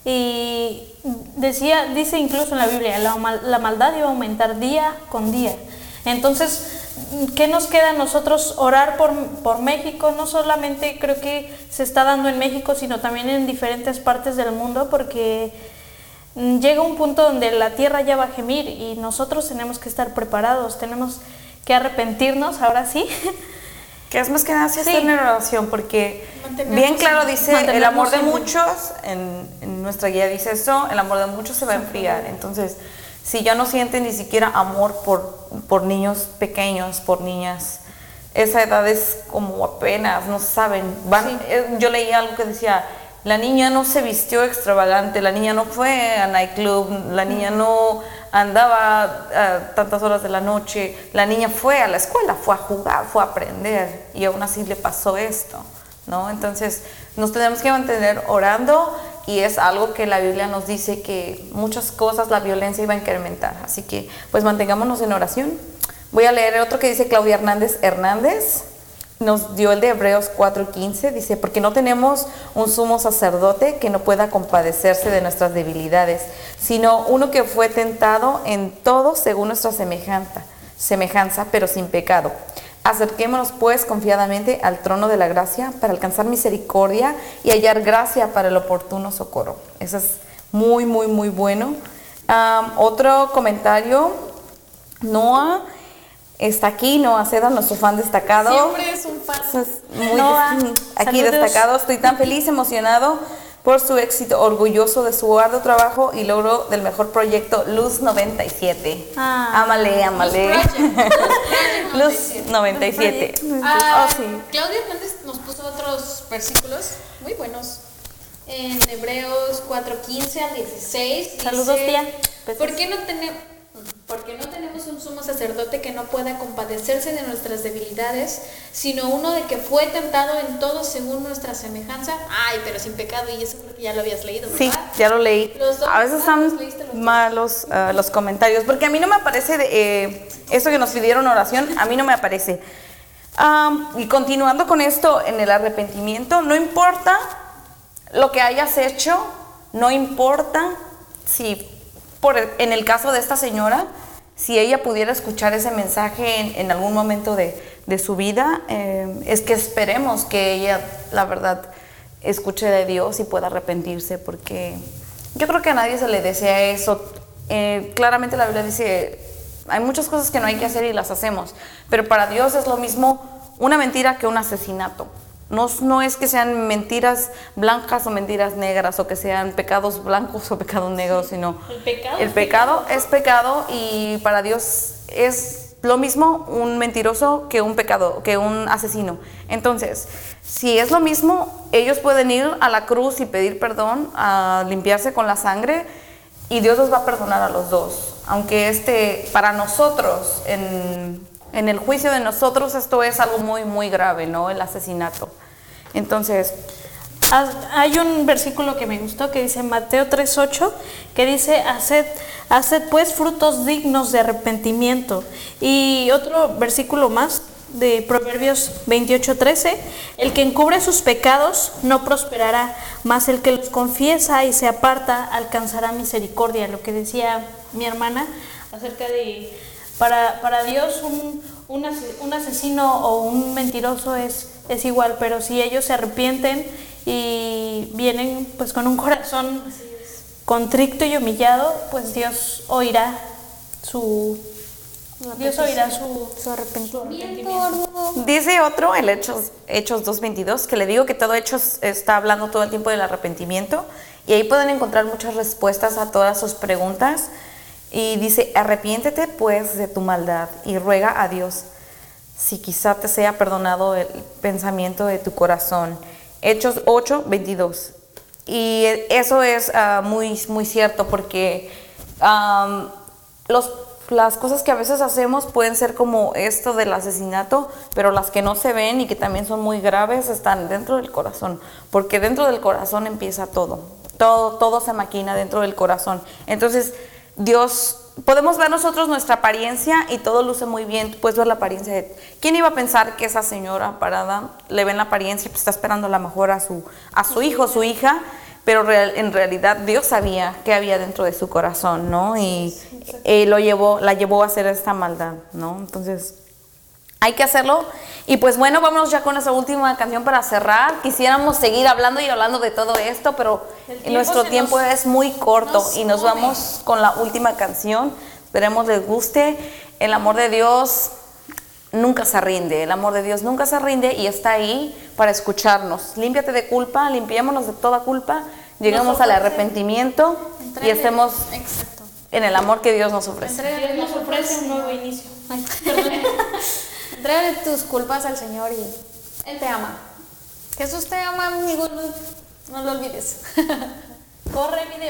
y dice incluso en la Biblia, la maldad iba a aumentar día con día. Entonces, ¿qué nos queda a nosotros? Orar por México. No solamente creo que se está dando en México, sino también en diferentes partes del mundo, porque llega un punto donde la tierra ya va a gemir y nosotros tenemos que estar preparados, tenemos que arrepentirnos, ahora sí. Que es más que nada estar en oración, porque Mantenernos bien claro dice, el amor de en- muchos, en nuestra guía dice eso, el amor de muchos se va a enfriar. Entonces, si ya no sienten ni siquiera amor por niños pequeños, por niñas, esa edad es como apenas, no saben. Yo leí algo que decía, la niña no se vistió extravagante, la niña no fue a nightclub, la niña no andaba tantas horas de la noche, la niña fue a la escuela, fue a jugar, fue a aprender y aún así le pasó esto, ¿no? Entonces nos tenemos que mantener orando y es algo que la Biblia nos dice que muchas cosas, la violencia iba a incrementar, así que pues mantengámonos en oración. Voy a leer otro que dice Claudia Hernández. Nos dio el de Hebreos 4:15, dice, porque no tenemos un sumo sacerdote que no pueda compadecerse de nuestras debilidades, sino uno que fue tentado en todo según nuestra semejanza, pero sin pecado. Acerquémonos pues confiadamente al trono de la gracia para alcanzar misericordia y hallar gracia para el oportuno socorro. Eso es muy, muy, muy bueno. Otro comentario, Noah. Está aquí, Noah Seda, nuestro fan destacado. Siempre es un fan. Aquí saludos. destacado. Estoy tan feliz, emocionado por su éxito, orgulloso de su arduo trabajo y logro del mejor proyecto Luz 97. Ámale. Luz 97. Ah, Oh, sí. Claudia Hernández nos puso otros versículos muy buenos. En Hebreos 4:15 al 16. Saludos, dice, tía. ¿Por qué no tenemos un sumo sacerdote que no pueda compadecerse de nuestras debilidades, sino uno de que fue tentado en todo según nuestra semejanza? Ay, pero sin pecado, y eso creo que ya lo habías leído, ¿verdad? Sí, ya lo leí. Los dos. A veces están los leíste los dos. malos los comentarios, porque a mí no me aparece eso que nos pidieron oración, a mí no me aparece. Y continuando con esto, en el arrepentimiento, no importa lo que hayas hecho, no importa si, en el caso de esta señora, si ella pudiera escuchar ese mensaje en algún momento de su vida, es que esperemos que ella, la verdad, escuche de Dios y pueda arrepentirse, porque yo creo que a nadie se le desea eso. Claramente la Biblia dice, hay muchas cosas que no hay que hacer y las hacemos, pero para Dios es lo mismo una mentira que un asesinato. No es que sean mentiras blancas o mentiras negras, o que sean pecados blancos o pecados negros, sino el pecado es pecado, y para Dios es lo mismo un mentiroso que un asesino. Entonces, si es lo mismo, ellos pueden ir a la cruz y pedir perdón, a limpiarse con la sangre, y Dios los va a perdonar a los dos. Aunque para nosotros, en el juicio de nosotros, esto es algo muy, muy grave, ¿no? El asesinato. Entonces, hay un versículo que me gustó que dice Mateo 3:8, que dice, haced pues frutos dignos de arrepentimiento. Y otro versículo más de Proverbios 28:13, el que encubre sus pecados no prosperará, mas el que los confiesa y se aparta alcanzará misericordia. Lo que decía mi hermana acerca de, para Dios un asesino o un mentiroso es igual, pero si ellos se arrepienten y vienen pues con un corazón contrito y humillado, pues Dios oirá su arrepentimiento. Dice otro, el Hechos 2:22, que le digo que todo Hechos está hablando todo el tiempo del arrepentimiento, y ahí pueden encontrar muchas respuestas a todas sus preguntas. Y dice, arrepiéntete pues de tu maldad y ruega a Dios si quizá te sea perdonado el pensamiento de tu corazón. Hechos 8:22. Y eso es muy, muy cierto, porque las cosas que a veces hacemos pueden ser como esto del asesinato, pero las que no se ven y que también son muy graves están dentro del corazón, porque dentro del corazón empieza todo se maquina dentro del corazón. Entonces Dios, podemos ver nosotros nuestra apariencia y todo luce muy bien. Tú puedes ver la apariencia de... ¿Quién iba a pensar que esa señora parada le ven la apariencia y pues está esperando a lo mejor a su hijo, su hija? Pero en realidad Dios sabía qué había dentro de su corazón, ¿no? Y la llevó a hacer esta maldad, ¿no? Entonces, hay que hacerlo. Y pues bueno, vámonos ya con nuestra última canción para cerrar. Quisiéramos seguir hablando y hablando de todo esto, pero nuestro tiempo es muy corto y nos vamos con la última canción. Esperemos les guste. El amor de Dios nunca se rinde. El amor de Dios nunca se rinde y está ahí para escucharnos. Límpiate de culpa, limpiémonos de toda culpa. Lleguemos al arrepentimiento y estemos en el amor que Dios nos ofrece. Dios nos ofrece un nuevo inicio. Entrégale tus culpas al Señor y Él te ama. Jesús te ama, amigo, no lo olvides. Corre video.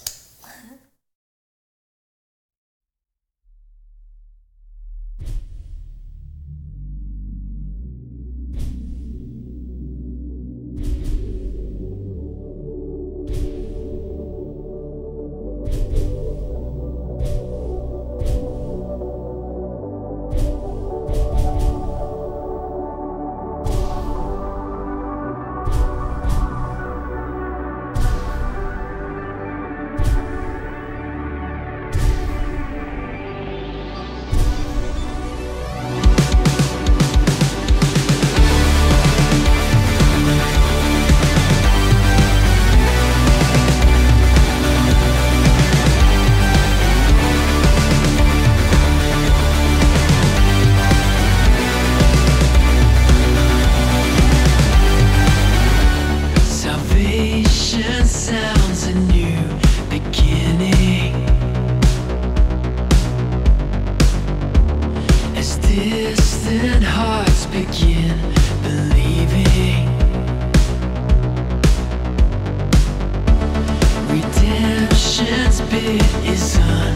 Salvation sounds a new beginning. As distant hearts begin believing, redemption's bid is on.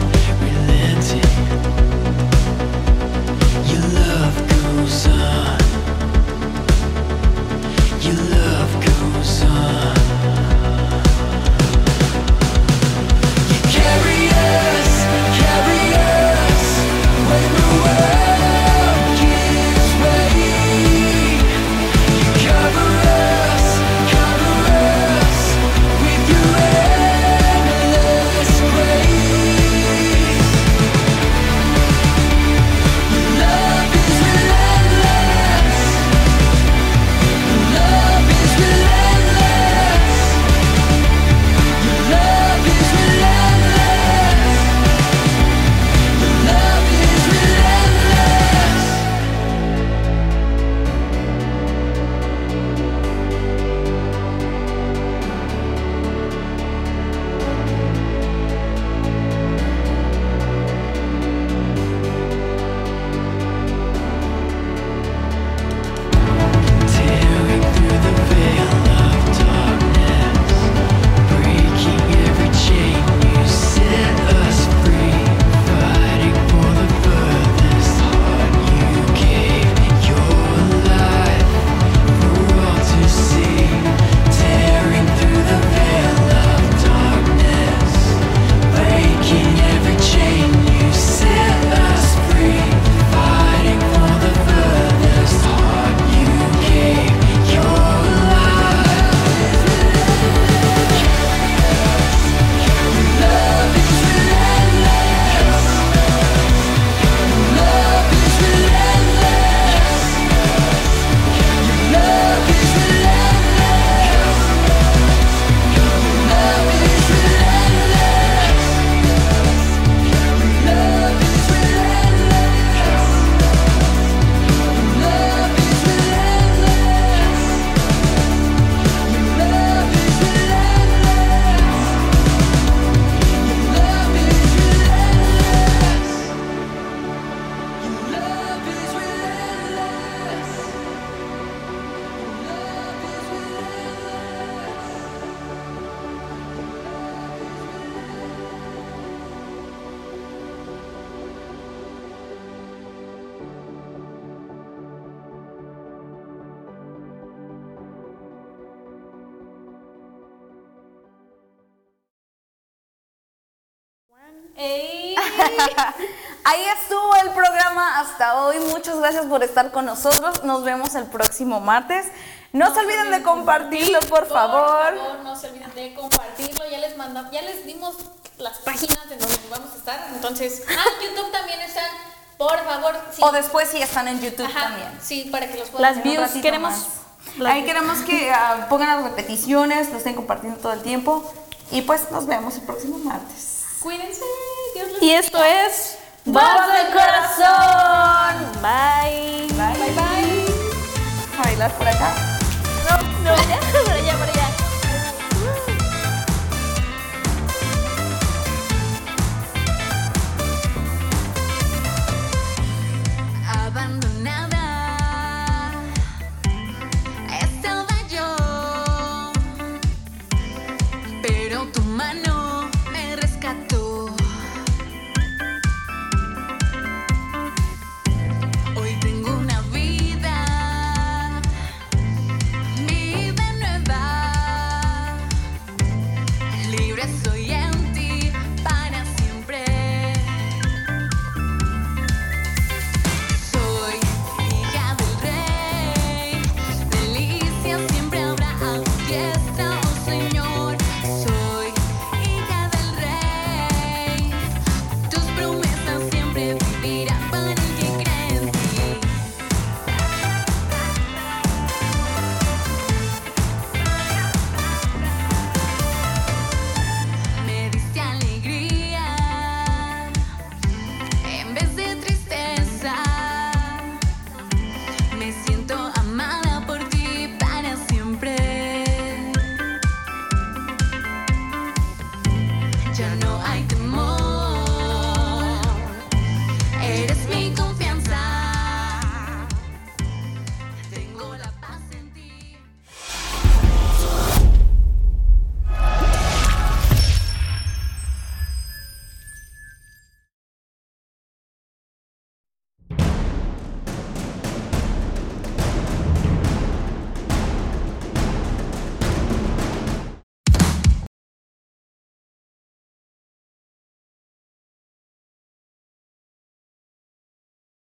Ahí estuvo el programa hasta hoy. Muchas gracias por estar con nosotros. Nos vemos el próximo martes. No se olviden de compartirlo, por favor. No se olviden de compartirlo. Ya les dimos las páginas en donde vamos a estar. Entonces, YouTube también están. Por favor. Sí. O después si están en YouTube Ajá, también. sí, para que los puedan Las ver. Un views, ratito queremos. más. las Ahí views. queremos que pongan las repeticiones, lo estén compartiendo todo el tiempo. Y pues nos vemos el próximo martes. Cuídense. Dios los Y esto es. ¡Voz del corazón! Bye. Bye, bye, bye. ¿Bailar por acá? No, ya.